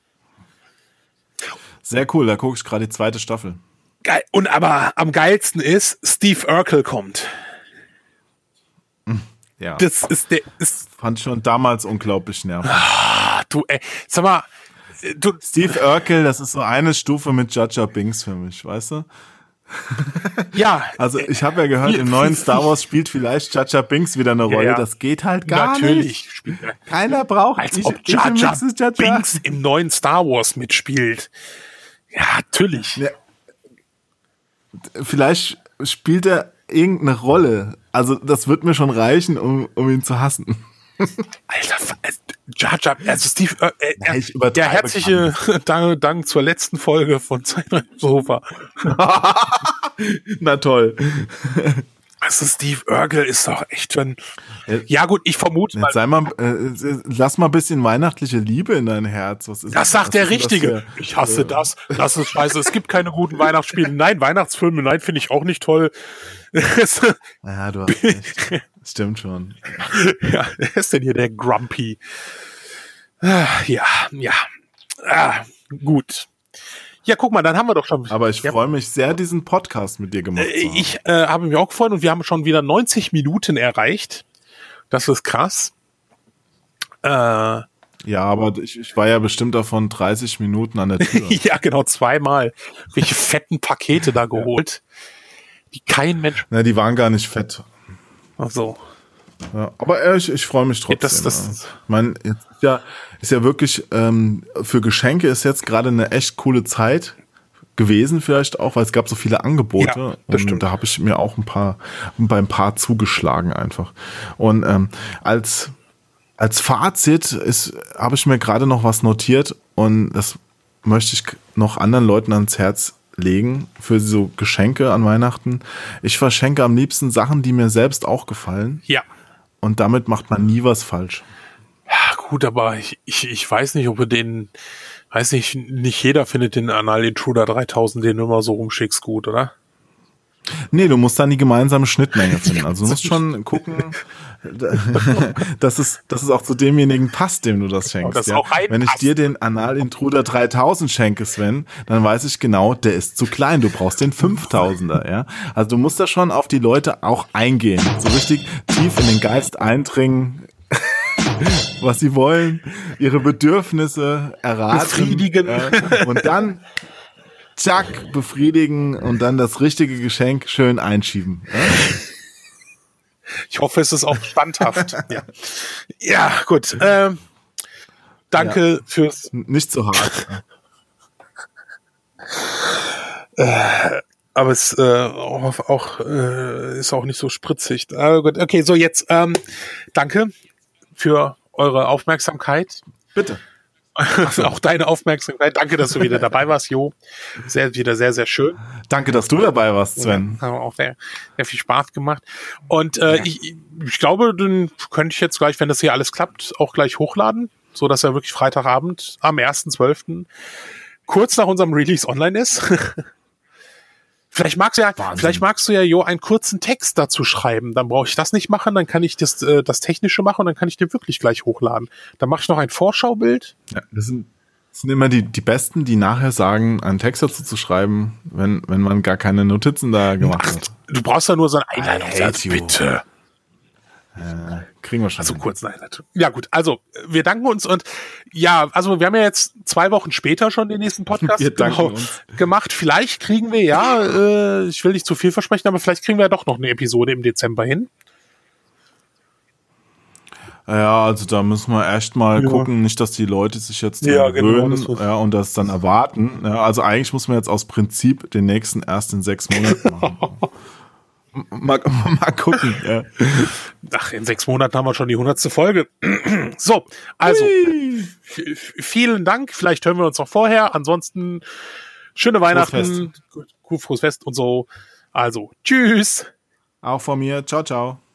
Sehr cool, da gucke ich gerade die zweite Staffel. Geil. Und aber am geilsten ist, Steve Urkel kommt. Ja, Das ist der, ist, fand ich schon damals unglaublich nervig. ah, du, ey, sag mal, äh, du, Steve Urkel, das ist so eine Stufe mit Jar Jar Binks für mich, weißt du? Ja. Also ich habe ja gehört, im neuen Star Wars spielt vielleicht Jar Jar Binks wieder eine Rolle. Ja, ja. Das geht halt gar Natürlich nicht. Spielt er. Keiner braucht als ich, ob Jar Jar, Jar Jar Binks im neuen Star Wars mitspielt. Ja, natürlich. Ja. Vielleicht spielt er irgendeine Rolle. Also das wird mir schon reichen, um, um ihn zu hassen. Alter, Jar Jar, also Steve, äh, äh, ja, der herzliche Dank, Dank zur letzten Folge von Zeit Sofa. Na toll. Also Steve Urkel ist doch echt schon. Ja gut, ich vermute mal. Sei mal äh, lass mal ein bisschen weihnachtliche Liebe in dein Herz. Was ist das sagt der Richtige. Ich hasse das. Das ist scheiße. Es gibt keine guten Weihnachtsspiele. Nein, Weihnachtsfilme, nein, finde ich auch nicht toll. Ja, du hast recht. Stimmt schon. Ja, wer ist denn hier der Grumpy? Ja, ja. Ah, gut. Ja, guck mal, dann haben wir doch schon. Aber ich ja. freue mich sehr, diesen Podcast mit dir gemacht zu haben. Ich äh, habe mich auch gefreut und wir haben schon wieder neunzig Minuten erreicht. Das ist krass. Äh, ja, aber ich, ich war ja bestimmt davon dreißig Minuten an der Tür. Ja, genau, zweimal. Welche fetten Pakete da geholt. Die kein Mensch. Na, die waren gar nicht fett. Ach so. Ja, aber ich, ich freue mich trotzdem. Das, das ich meine, jetzt ist ja, ist ja wirklich, ähm, für Geschenke ist jetzt gerade eine echt coole Zeit gewesen vielleicht auch, weil es gab so viele Angebote. Ja, das und stimmt. Da habe ich mir auch ein paar, bei ein paar zugeschlagen einfach. Und ähm, als, als Fazit ist, habe ich mir gerade noch was notiert und das möchte ich noch anderen Leuten ans Herz legen für so Geschenke an Weihnachten. Ich verschenke am liebsten Sachen, die mir selbst auch gefallen. Ja. Und damit macht man nie was falsch. Ja, gut, aber ich, ich, ich weiß nicht, ob wir den, weiß nicht, nicht jeder findet den Anal Intruder dreitausend, den du immer so rumschickst, gut, oder? Nee, du musst dann die gemeinsame Schnittmenge finden. Also du musst schon gucken, dass es, dass es auch zu demjenigen passt, dem du das schenkst. Das ja. auch Wenn ich dir den Anal Intruder dreitausend schenke, Sven, dann weiß ich genau, der ist zu klein. Du brauchst den fünftausender. Ja. Also du musst da schon auf die Leute auch eingehen. So richtig tief in den Geist eindringen, was sie wollen, ihre Bedürfnisse erraten. Befriedigen. Äh, und dann zack, befriedigen und dann das richtige Geschenk schön einschieben. Ja? Ich hoffe, es ist auch standhaft. Ja, ja gut. Ähm, danke ja. fürs... Nicht so hart. äh, aber es äh, auch, auch, äh, ist auch nicht so spritzig. Ah, gut. Okay, so jetzt ähm, danke für eure Aufmerksamkeit. Bitte. So. Auch deine Aufmerksamkeit. Danke, dass du wieder dabei warst, Jo. Sehr, wieder sehr, sehr schön. Danke, dass du dabei warst, Sven. Ja, haben auch sehr, sehr viel Spaß gemacht. Und äh, ja. ich, ich glaube, dann könnte ich jetzt gleich, wenn das hier alles klappt, auch gleich hochladen, so dass er wirklich Freitagabend am ersten zwölften kurz nach unserem Release online ist. Vielleicht magst du ja, Wahnsinn. vielleicht magst du ja, Jo, einen kurzen Text dazu schreiben. Dann brauche ich das nicht machen, dann kann ich das, äh, das Technische machen und dann kann ich den wirklich gleich hochladen. Dann mache ich noch ein Vorschaubild. Ja, das sind, das sind immer die, die Besten, die nachher sagen, einen Text dazu zu schreiben, wenn, wenn man gar keine Notizen da gemacht Ach, hat. Du brauchst ja nur so eine Einleitung. Bitte. Äh, kriegen wir schon. Also kurz eine Einleitung. Ja gut, also wir danken uns und ja, also wir haben ja jetzt zwei Wochen später schon den nächsten Podcast wir danken genau uns. gemacht. Vielleicht kriegen wir ja, äh, ich will nicht zu viel versprechen, aber vielleicht kriegen wir ja doch noch eine Episode im Dezember hin. Ja, also da müssen wir echt mal ja. gucken, nicht, dass die Leute sich jetzt ja, gewöhnen genau, das ja, und das dann erwarten. Ja, also eigentlich muss man jetzt aus Prinzip den nächsten erst in sechs Monaten machen. Mal, mal gucken. Ja. Ach, in sechs Monaten haben wir schon die hundertste Folge. So, also f- vielen Dank. Vielleicht hören wir uns noch vorher. Ansonsten schöne Weihnachten, gut, frohes Fest und so. Also, tschüss. Auch von mir. Ciao, ciao.